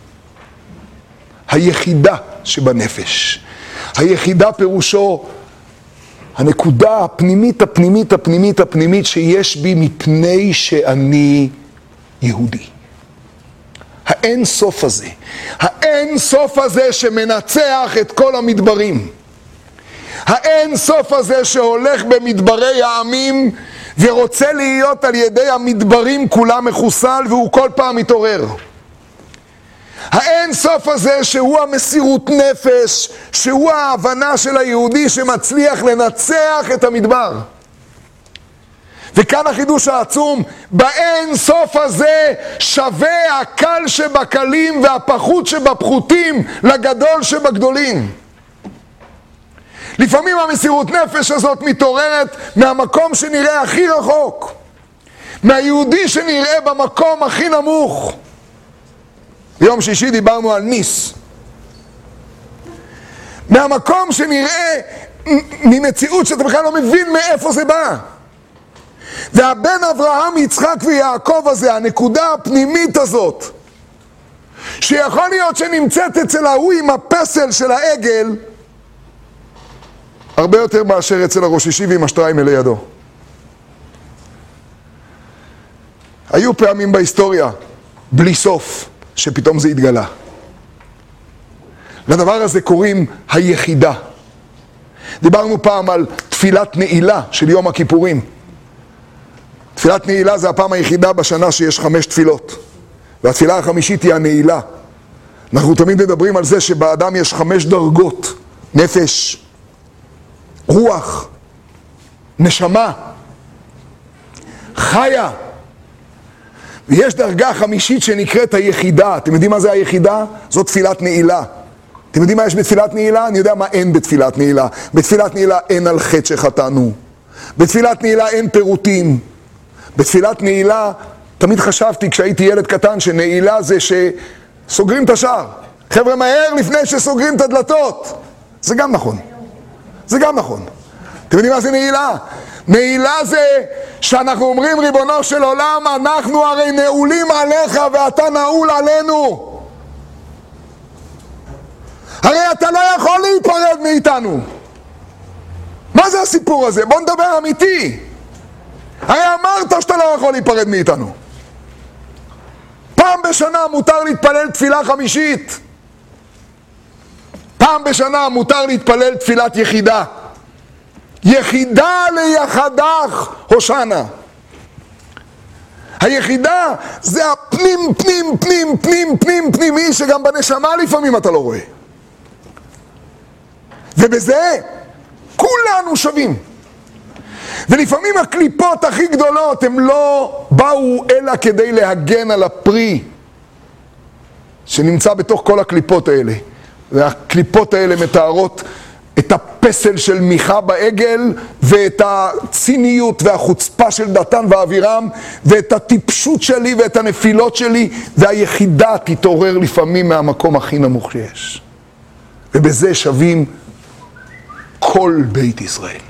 היחידה שבנפש. היחידה פירושו הנקודה הפנימית, הפנימית, הפנימית, הפנימית שיש בי מפני שאני יהודי. האין סוף הזה, האין סוף הזה שמנצח את כל המדברים. האין סוף הזה שהולך במדברי העמים ורוצה להיות על ידי המדברים כולם מחוסל והוא כל פעם מתעורר. האין סוף הזה שהוא המסירות נפש, שהוא ההבנה של היהודי שמצליח לנצח את המדבר. וכאן החידוש העצום, באין סוף הזה שווה הקל שבקלים והפחות שבפחותים לגדול שבגדולים. לפעמים המסירות נפש הזאת מתעוררת מהמקום שנראה הכי רחוק, מהיהודי שנראה במקום הכי נמוך. ביום שישי דיברנו על ניס. מהמקום שנראה ממציאות שאתה בכלל לא מבין מאיפה זה בא. והבן אברהם, יצחק ויעקב הזה, הנקודה הפנימית הזאת, שיכול להיות שנמצאת אצל ההוא עם הפסל של העגל, הרבה יותר מאשר אצל הראש אישי ועם השטריימל לידו. היו פעמים בהיסטוריה, בלי סוף, שפתאום זה התגלה. לדבר הזה קוראים היחידה. דיברנו פעם על תפילת נעילה של יום הכיפורים. תפילת נעילה זה הפעם היחידה בשנה שיש חמש תפילות. והתפילה החמישית היא הנעילה. אנחנו תמיד מדברים על זה שבאדם יש חמש דרגות. נפש, רוח, נשמה, חיה. ויש דרגה חמישית שנקראת היחידה. אתם יודעים מה זה היחידה? זו תפילת נעילה. אתם יודעים מה יש בתפילת נעילה? אני יודע מה אין בתפילת נעילה. בתפילת נעילה אין על חטא שחטאנו. בתפילת נעילה אין פירוטים. בתפילת נעילה, תמיד חשבתי כשהייתי ילד קטן שנעילה זה שסוגרים את השער. חבר'ה, מהר לפני שסוגרים את הדלתות. זה גם נכון. זה גם נכון. אתם יודעים מה זה נעילה? נעילה זה שאנחנו אומרים, ריבונו של עולם, אנחנו הרי נעולים עליך ואתה נעול עלינו. הרי אתה לא יכול להיפרד מאיתנו. מה זה הסיפור הזה? בוא נדבר אמיתי. הרי אמרת שאתה לא יכול להיפרד מאיתנו. פעם בשנה מותר להתפלל תפילה חמישית. פעם בשנה מותר להתפלל תפילת יחידה. יחידה ליחדך הושענא. היחידה זה הפנים, פנים, פנים, פנים, פנים, פנימי, שגם בנשמה לפעמים אתה לא רואה. ובזה כולנו שווים. ולפעמים הקליפות הכי גדולות הם לא באו אלא כדי להגן על הפרי שנמצא בתוך כל הקליפות האלה. והקליפות האלה מתארות את הפסל של מיכה בעגל, ואת הציניות והחוצפה של דתן ואבירם, ואת הטיפשות שלי ואת הנפילות שלי, והיחידה תתעורר לפעמים מהמקום הכי נמוך שיש. ובזה שווים כל בית ישראל.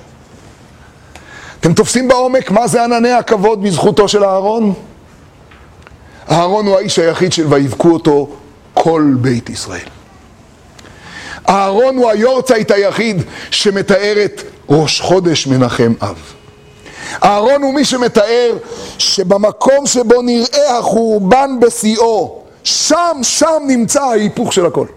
אתם תופסים בעומק מה זה ענני הכבוד בזכותו של אהרון? אהרון הוא האיש היחיד של ויבכו אותו כל בית ישראל. אהרון הוא היורצייט היחיד שמתאר את ראש חודש מנחם אב. אהרון הוא מי שמתאר שבמקום שבו נראה החורבן בשיאו, שם, שם נמצא ההיפוך של הכל.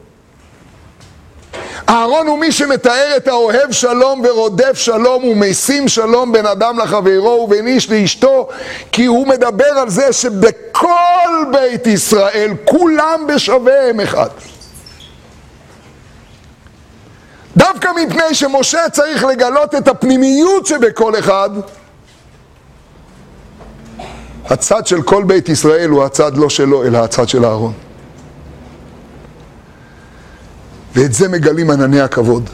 אהרון הוא מי שמתאר את האוהב שלום ורודף שלום ומשים שלום בין אדם לחברו ובין איש לאשתו, כי הוא מדבר על זה שבכל בית ישראל כולם בשווה הם אחד. דווקא מפני שמשה צריך לגלות את הפנימיות שבכל אחד, הצד של כל בית ישראל הוא הצד לא שלו אלא הצד של אהרון. ואת זה מגלים ענני הכבוד.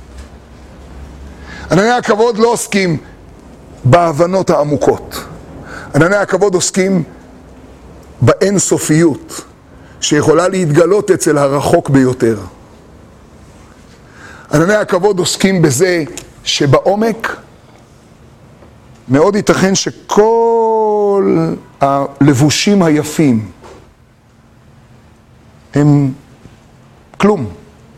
ענני הכבוד לא עוסקים בהבנות העמוקות. ענני הכבוד עוסקים באינסופיות שיכולה להתגלות אצל הרחוק ביותר. ענני הכבוד עוסקים בזה שבעומק מאוד ייתכן שכל הלבושים היפים הם כלום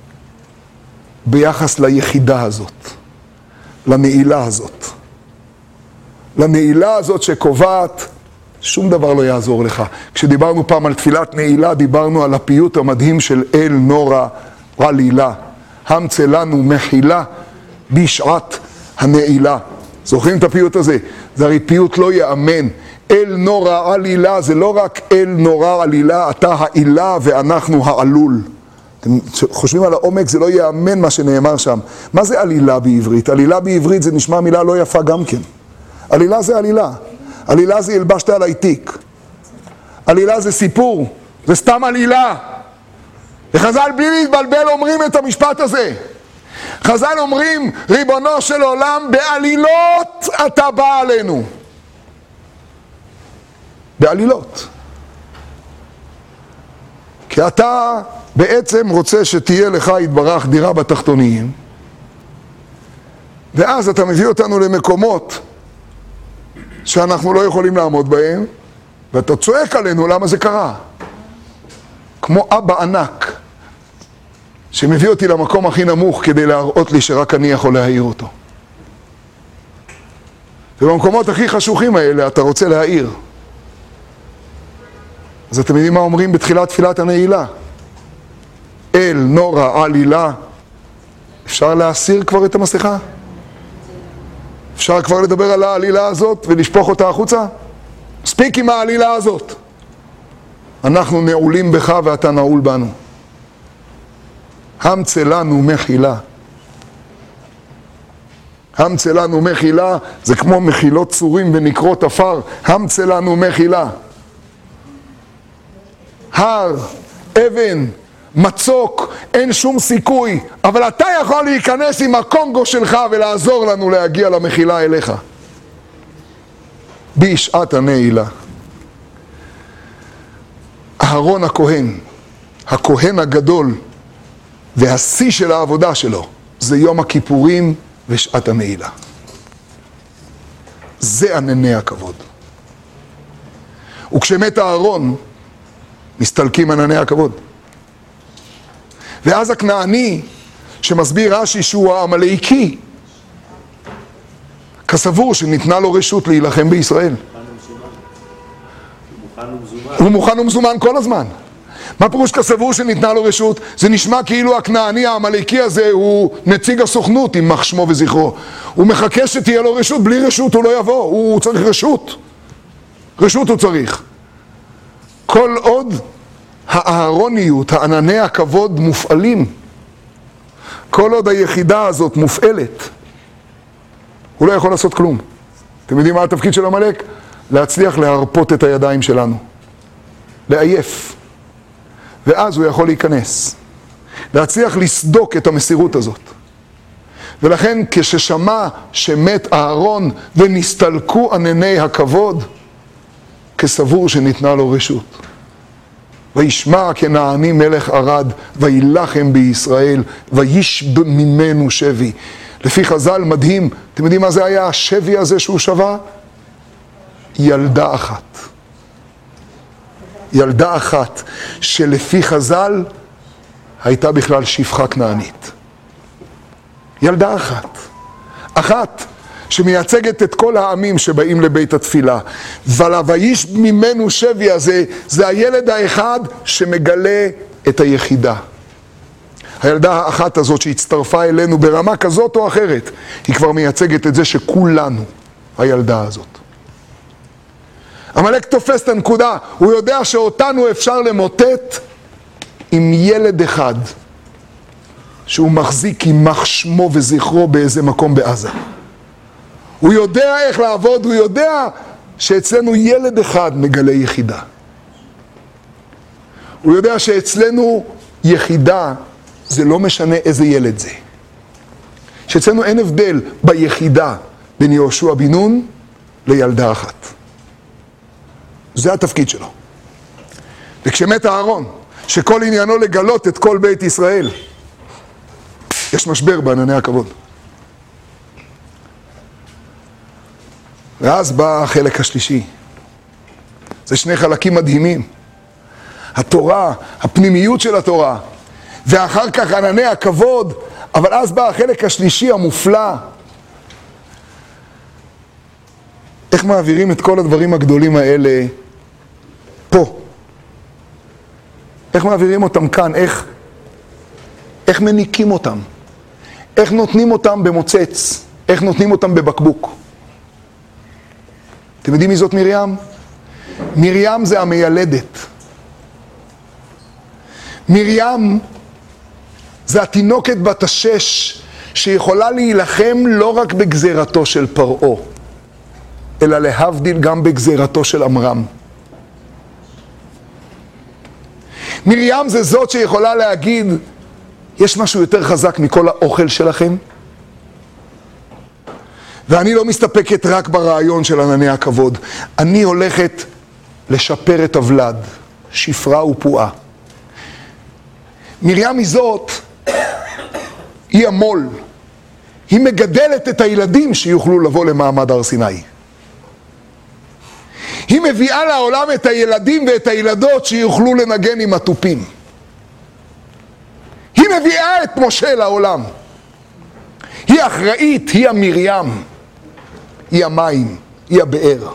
ביחס ליחידה הזאת, לנעילה הזאת. לנעילה הזאת שקובעת, שום דבר לא יעזור לך. כשדיברנו פעם על תפילת נעילה, דיברנו על הפיוט המדהים של אל נורא עלילה. המצא לנו מחילה בשעת הנעילה. זוכרים את הפיוט הזה? זה הרי פיוט לא יאמן. אל נורא עלילה זה לא רק אל נורא עלילה, אתה העילה ואנחנו העלול. אתם חושבים על העומק, זה לא יאמן מה שנאמר שם. מה זה עלילה בעברית? עלילה בעברית זה נשמע מילה לא יפה גם כן. עלילה זה עלילה. עלילה זה ילבשת עליי תיק. עלילה זה סיפור. זה סתם עלילה. וחז"ל בלי להתבלבל אומרים את המשפט הזה. חז"ל אומרים, ריבונו של עולם, בעלילות אתה בא עלינו. בעלילות. כי אתה בעצם רוצה שתהיה לך יתברך דירה בתחתוניים, ואז אתה מביא אותנו למקומות שאנחנו לא יכולים לעמוד בהם, ואתה צועק עלינו למה זה קרה. כמו אבא ענק שמביא אותי למקום הכי נמוך כדי להראות לי שרק אני יכול להעיר אותו. ובמקומות הכי חשוכים האלה אתה רוצה להעיר. אז אתם יודעים מה אומרים בתחילת תפילת הנעילה? אל נורא עלילה. אפשר להסיר כבר את המסכה? אפשר כבר לדבר על העלילה הזאת ולשפוך אותה החוצה? מספיק עם העלילה הזאת. אנחנו נעולים בך ואתה נעול בנו. המצא לנו מחילה. המצא לנו מחילה זה כמו מחילות צורים ונקרות אפר. המצא לנו מחילה. הר, אבן, מצוק, אין שום סיכוי, אבל אתה יכול להיכנס עם הקונגו שלך ולעזור לנו להגיע למחילה אליך. בשעת הנעילה. אהרון הכהן, הכהן הגדול והשיא של העבודה שלו, זה יום הכיפורים ושעת הנעילה. זה ענני הכבוד. וכשמת אהרון, מסתלקים ענני הכבוד. ואז הכנעני, שמסביר רש"י שהוא העמלקי, כסבור שניתנה לו רשות להילחם בישראל. הוא מוכן ומזומן כל הזמן. מה פירוש כסבור שניתנה לו רשות? זה נשמע כאילו הכנעני העמלקי הזה הוא נציג הסוכנות, יימח שמו וזכרו. הוא מחכה שתהיה לו רשות, בלי רשות הוא לא יבוא, הוא צריך רשות. רשות הוא צריך. כל עוד האהרוניות, הענני הכבוד מופעלים, כל עוד היחידה הזאת מופעלת, הוא לא יכול לעשות כלום. אתם יודעים מה התפקיד של עמלק? להצליח להרפות את הידיים שלנו. לעייף. ואז הוא יכול להיכנס. להצליח לסדוק את המסירות הזאת. ולכן כששמע שמת אהרון ונסתלקו ענני הכבוד, כסבור שניתנה לו רשות. וישמע כנעני מלך ערד, וילחם בישראל, ויש ממנו שבי. לפי חז"ל מדהים, אתם יודעים מה זה היה השבי הזה שהוא שווה? ילדה אחת. ילדה אחת, שלפי חז"ל הייתה בכלל שפחה כנענית. ילדה אחת. אחת שמייצגת את כל העמים שבאים לבית התפילה. ויש ממנו שבי הזה, זה הילד האחד שמגלה את היחידה. הילדה האחת הזאת שהצטרפה אלינו ברמה כזאת או אחרת, היא כבר מייצגת את זה שכולנו הילדה הזאת. עמלק תופס את הנקודה, הוא יודע שאותנו אפשר למוטט עם ילד אחד, שהוא מחזיק יימח שמו וזכרו באיזה מקום בעזה. הוא יודע איך לעבוד, הוא יודע שאצלנו ילד אחד מגלה יחידה. הוא יודע שאצלנו יחידה זה לא משנה איזה ילד זה. שאצלנו אין הבדל ביחידה בין יהושע בן נון לילדה אחת. זה התפקיד שלו. וכשמת אהרון, שכל עניינו לגלות את כל בית ישראל, יש משבר בענני הכבוד. ואז בא החלק השלישי. זה שני חלקים מדהימים. התורה, הפנימיות של התורה, ואחר כך ענני הכבוד, אבל אז בא החלק השלישי המופלא. איך מעבירים את כל הדברים הגדולים האלה פה? איך מעבירים אותם כאן? איך, איך מניקים אותם? איך נותנים אותם במוצץ? איך נותנים אותם בבקבוק? אתם יודעים מי זאת מרים? מרים זה המיילדת. מרים זה התינוקת בת השש שיכולה להילחם לא רק בגזירתו של פרעה, אלא להבדיל גם בגזירתו של עמרם. מרים זה זאת שיכולה להגיד, יש משהו יותר חזק מכל האוכל שלכם? ואני לא מסתפקת רק ברעיון של ענני הכבוד. אני הולכת לשפר את הוולד, שפרה ופועה. מרים היא זאת, היא המול. היא מגדלת את הילדים שיוכלו לבוא למעמד הר סיני. היא מביאה לעולם את הילדים ואת הילדות שיוכלו לנגן עם הטופים. היא מביאה את משה לעולם. היא אחראית, היא המרים. היא המים, היא הבאר.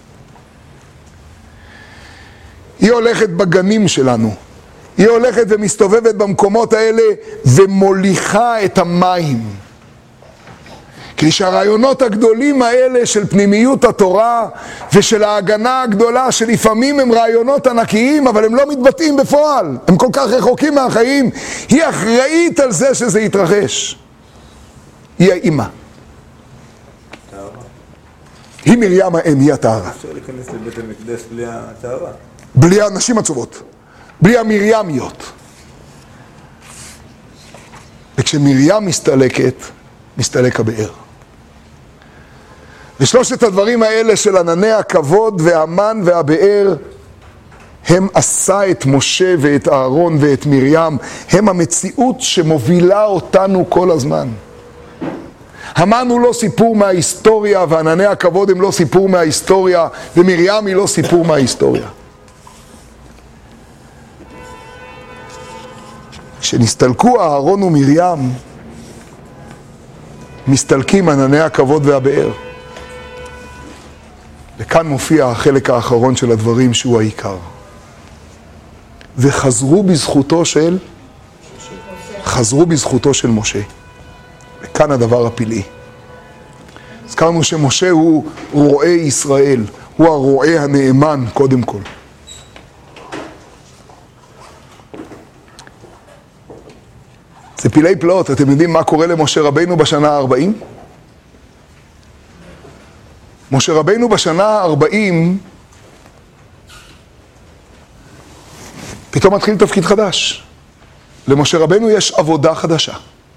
היא הולכת בגנים שלנו. היא הולכת ומסתובבת במקומות האלה ומוליכה את המים. כי שהרעיונות הגדולים האלה של פנימיות התורה ושל ההגנה הגדולה שלפעמים הם רעיונות ענקיים אבל הם לא מתבטאים בפועל, הם כל כך רחוקים מהחיים, היא אחראית על זה שזה יתרחש. היא האמא. היא מרים האם, היא הטהרה. אפשר להיכנס לבית המקדש בלי הטהרה. בלי הנשים עצובות, בלי המרימיות. וכשמרים מסתלקת, מסתלק הבאר. ושלושת הדברים האלה של ענני הכבוד והמן והבאר, הם עשה את משה ואת אהרון ואת מרים, הם המציאות שמובילה אותנו כל הזמן. המן הוא לא סיפור מההיסטוריה, וענני הכבוד הם לא סיפור מההיסטוריה, ומרים היא לא סיפור מההיסטוריה. כשנסתלקו אהרון ומרים, מסתלקים ענני הכבוד והבאר. וכאן מופיע החלק האחרון של הדברים שהוא העיקר. וחזרו בזכותו של, חזרו בזכותו של משה. וכאן הדבר הפלאי. הזכרנו שמשה הוא רואה ישראל, הוא הרועה הנאמן קודם כל. זה פילי פלאות. אתם יודעים מה קורה למשה רבינו בשנה ה-ארבעים? משה רבינו בשנה ה-ארבעים פתאום מתחיל תפקיד חדש. למשה רבינו יש עבודה חדשה.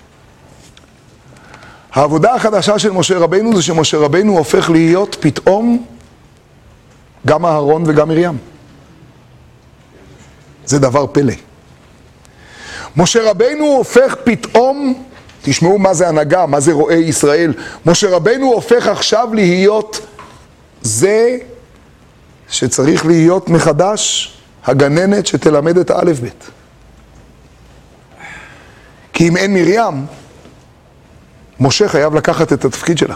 העבודה החדשה של משה רבינו זה שמשה רבינו הופך להיות פתאום גם אהרון וגם מרים. זה דבר פלא. משה רבינו הופך פתאום, תשמעו מה זה הנהגה, מה זה רועי ישראל. משה רבינו הופך עכשיו להיות זה שצריך להיות מחדש הגננת שתלמד את האלף בית. כי אם אין מרים, משה חייב לקחת את התפקיד שלה.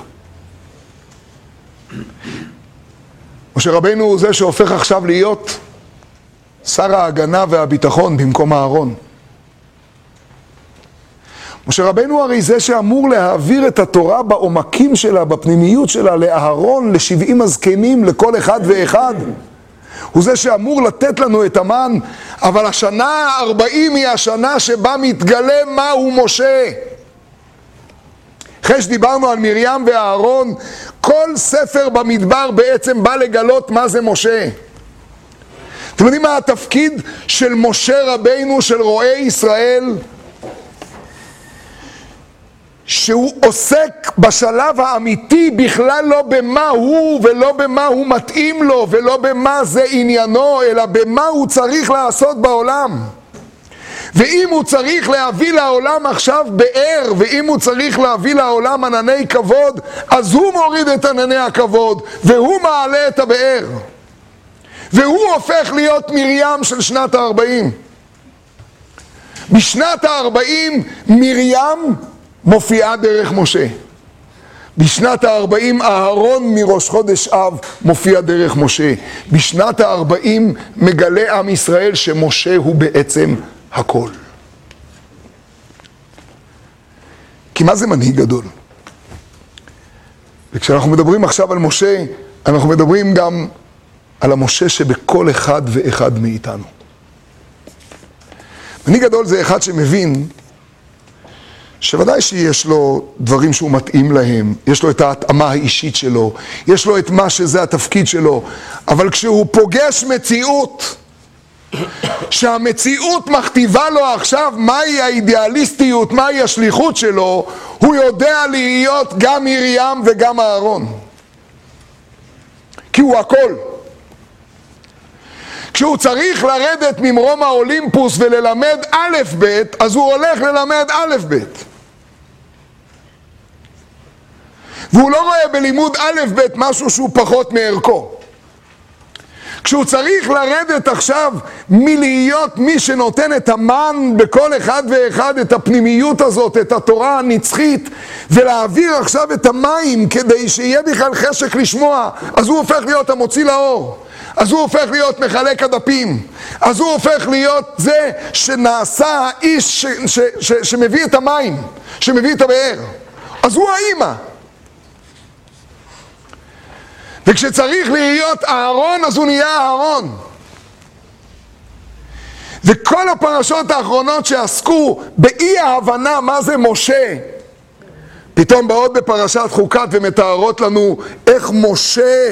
משה רבינו הוא זה שהופך עכשיו להיות שר ההגנה והביטחון במקום אהרון. משה רבינו הרי זה שאמור להעביר את התורה בעומקים שלה, בפנימיות שלה, לאהרון, לשבעים הזקנים, לכל אחד ואחד. הוא זה שאמור לתת לנו את המן, אבל השנה ה-ארבעים היא השנה שבה מתגלה מהו משה. אחרי שדיברנו על מרים ואהרון, כל ספר במדבר בעצם בא לגלות מה זה משה. אתם יודעים מה התפקיד של משה רבינו, של רועי ישראל? שהוא עוסק בשלב האמיתי בכלל לא במה הוא ולא במה הוא מתאים לו ולא במה זה עניינו, אלא במה הוא צריך לעשות בעולם. ואם הוא צריך להביא לעולם עכשיו באר, ואם הוא צריך להביא לעולם ענני כבוד, אז הוא מוריד את ענני הכבוד והוא מעלה את הבאר. והוא הופך להיות מרים של שנת ה-ארבעים. בשנת ה-ארבעים מרים מופיעה דרך משה. בשנת ה-ארבעים אהרון מראש חודש אב מופיע דרך משה. בשנת ה-ארבעים מגלה עם ישראל שמשה הוא בעצם הכל. כי מה זה מנהיג גדול? וכשאנחנו מדברים עכשיו על משה, אנחנו מדברים גם על המשה שבכל אחד ואחד מאיתנו. מנהיג גדול זה אחד שמבין שוודאי שיש לו דברים שהוא מתאים להם, יש לו את ההתאמה האישית שלו, יש לו את מה שזה התפקיד שלו, אבל כשהוא פוגש מציאות, שהמציאות מכתיבה לו עכשיו מהי האידיאליסטיות, מהי השליחות שלו, הוא יודע להיות גם מרים וגם אהרון. כי הוא הכל. כשהוא צריך לרדת ממרום האולימפוס וללמד א' ב', אז הוא הולך ללמד א' ב'. והוא לא רואה בלימוד א' ב' משהו שהוא פחות מערכו. כשהוא צריך לרדת עכשיו מלהיות מי שנותן את המן בכל אחד ואחד, את הפנימיות הזאת, את התורה הנצחית, ולהעביר עכשיו את המים כדי שיהיה בכלל חשק לשמוע, אז הוא הופך להיות המוציא לאור. אז הוא הופך להיות מחלק הדפים. אז הוא הופך להיות זה שנעשה האיש ש, ש, ש, שמביא את המים, שמביא את הבאר. אז הוא האמא. וכשצריך להיות אהרון, אז הוא נהיה אהרון. וכל הפרשות האחרונות שעסקו באי ההבנה מה זה משה, פתאום באות בפרשת חוקת ומתארות לנו איך משה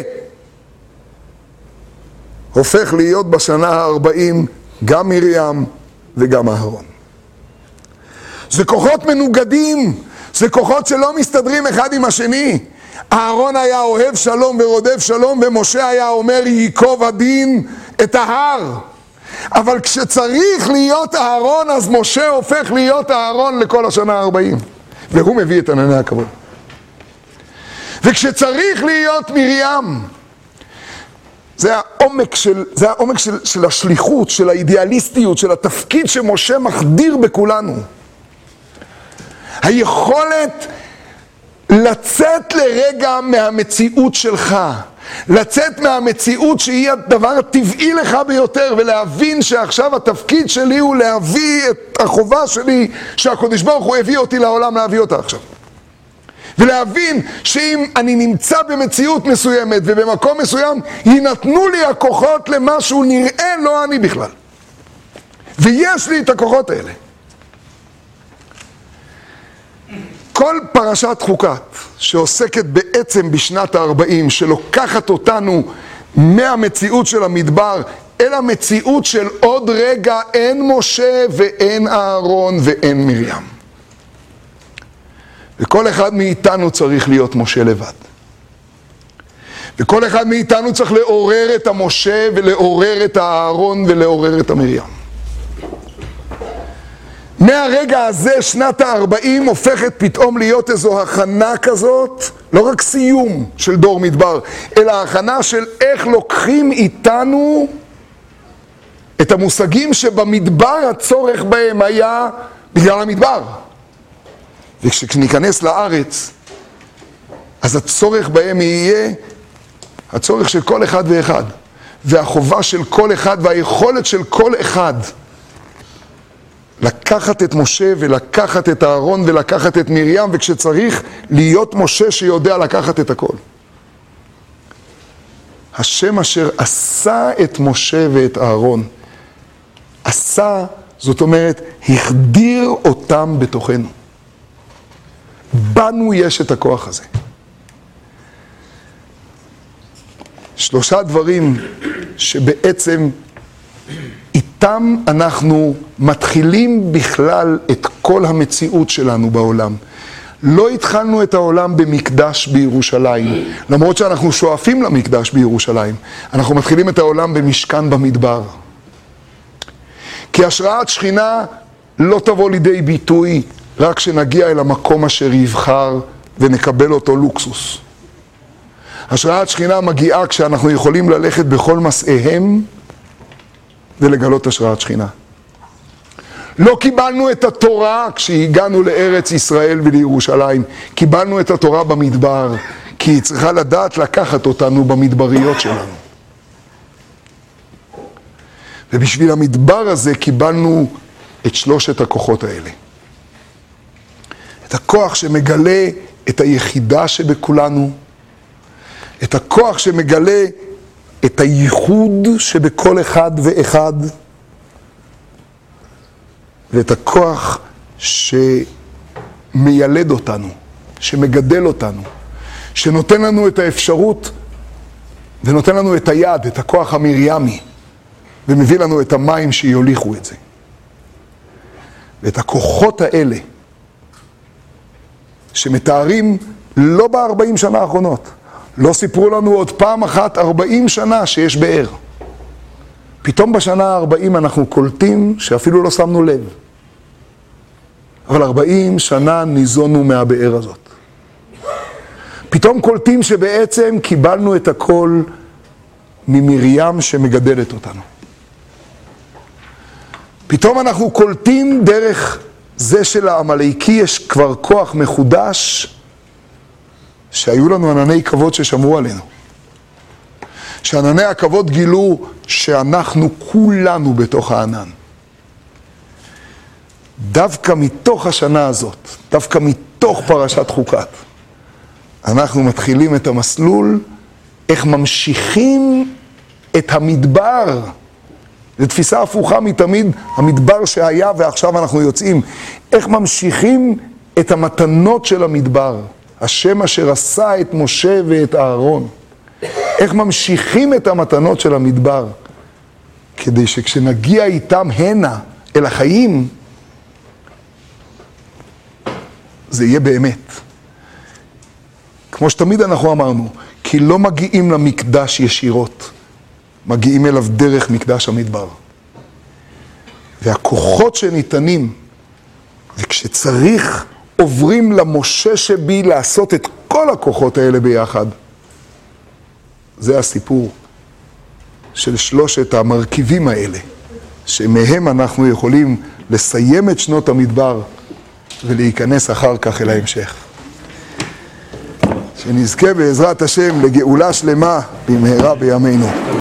הופך להיות בשנה ה-ארבעים גם מרים וגם אהרון. זה כוחות מנוגדים, זה כוחות שלא מסתדרים אחד עם השני. אהרון היה אוהב שלום ורודף שלום, ומשה היה אומר ייקוב הדין את ההר. אבל כשצריך להיות אהרון, אז משה הופך להיות אהרון לכל השנה ה-ארבעים. והוא מביא את ענני הכבוד. וכשצריך להיות מרים, זה העומק של, זה העומק של, של השליחות, של האידיאליסטיות, של התפקיד שמשה מחדיר בכולנו. היכולת לצאת לרגע מהמציאות שלך, לצאת מהמציאות שהיא הדבר הטבעי לך ביותר, ולהבין שעכשיו התפקיד שלי הוא להביא את החובה שלי, שהקדוש ברוך הוא הביא אותי לעולם להביא אותה עכשיו. ולהבין שאם אני נמצא במציאות מסוימת ובמקום מסוים, יינתנו לי הכוחות למשהו נראה לא אני בכלל. ויש לי את הכוחות האלה. כל פרשת חוקת שעוסקת בעצם בשנת ה-ארבעים, שלוקחת אותנו מהמציאות של המדבר אל המציאות של עוד רגע אין משה ואין אהרון ואין מרים. וכל אחד מאיתנו צריך להיות משה לבד. וכל אחד מאיתנו צריך לעורר את המשה ולעורר את האהרון ולעורר את המרים. מהרגע הזה שנת ה-ארבעים הופכת פתאום להיות איזו הכנה כזאת, לא רק סיום של דור מדבר, אלא הכנה של איך לוקחים איתנו את המושגים שבמדבר הצורך בהם היה בגלל המדבר. וכשניכנס לארץ, אז הצורך בהם יהיה הצורך של כל אחד ואחד, והחובה של כל אחד והיכולת של כל אחד לקחת את משה ולקחת את אהרון ולקחת את מרים, וכשצריך להיות משה שיודע לקחת את הכל. השם אשר עשה את משה ואת אהרון, עשה, זאת אומרת, החדיר אותם בתוכנו. בנו יש את הכוח הזה. שלושה דברים שבעצם איתם אנחנו מתחילים בכלל את כל המציאות שלנו בעולם. לא התחלנו את העולם במקדש בירושלים, למרות שאנחנו שואפים למקדש בירושלים. אנחנו מתחילים את העולם במשכן במדבר. כי השראת שכינה לא תבוא לידי ביטוי רק שנגיע אל המקום אשר יבחר ונקבל אותו לוקסוס. השראת שכינה מגיעה כשאנחנו יכולים ללכת בכל מסעיהם ולגלות השראת שכינה. לא קיבלנו את התורה כשהגענו לארץ ישראל ולירושלים, קיבלנו את התורה במדבר, כי היא צריכה לדעת לקחת אותנו במדבריות שלנו. ובשביל המדבר הזה קיבלנו את שלושת הכוחות האלה. את הכוח שמגלה את היחידה שבכולנו, את הכוח שמגלה את הייחוד שבכל אחד ואחד, ואת הכוח שמיילד אותנו, שמגדל אותנו, שנותן לנו את האפשרות ונותן לנו את היד, את הכוח המרימי, ומביא לנו את המים שיוליכו את זה. ואת הכוחות האלה שמתארים לא ב-ארבעים שנה האחרונות, לא סיפרו לנו עוד פעם אחת ארבעים שנה שיש באר. פתאום בשנה ה-ארבעים אנחנו קולטים שאפילו לא שמנו לב. אבל ארבעים שנה ניזונו מהבאר הזאת. פתאום קולטים שבעצם קיבלנו את הכל ממרים שמגדלת אותנו. פתאום אנחנו קולטים דרך זה של העמלקי יש כבר כוח מחודש, שהיו לנו ענני כבוד ששמרו עלינו. שענני הכבוד גילו שאנחנו כולנו בתוך הענן. דווקא מתוך השנה הזאת, דווקא מתוך פרשת חוקת, אנחנו מתחילים את המסלול, איך ממשיכים את המדבר. זו תפיסה הפוכה מתמיד, המדבר שהיה ועכשיו אנחנו יוצאים. איך ממשיכים את המתנות של המדבר. השם אשר עשה את משה ואת אהרון. איך ממשיכים את המתנות של המדבר, כדי שכשנגיע איתם הנה אל החיים, זה יהיה באמת. כמו שתמיד אנחנו אמרנו, כי לא מגיעים למקדש ישירות, מגיעים אליו דרך מקדש המדבר. והכוחות שניתנים, וכשצריך עוברים למשה שבי לעשות את כל הכוחות האלה ביחד. זה הסיפור של שלושת המרכיבים האלה, שמהם אנחנו יכולים לסיים את שנות המדבר ולהיכנס אחר כך אל ההמשך. שנזכה בעזרת השם לגאולה שלמה במהרה בימינו.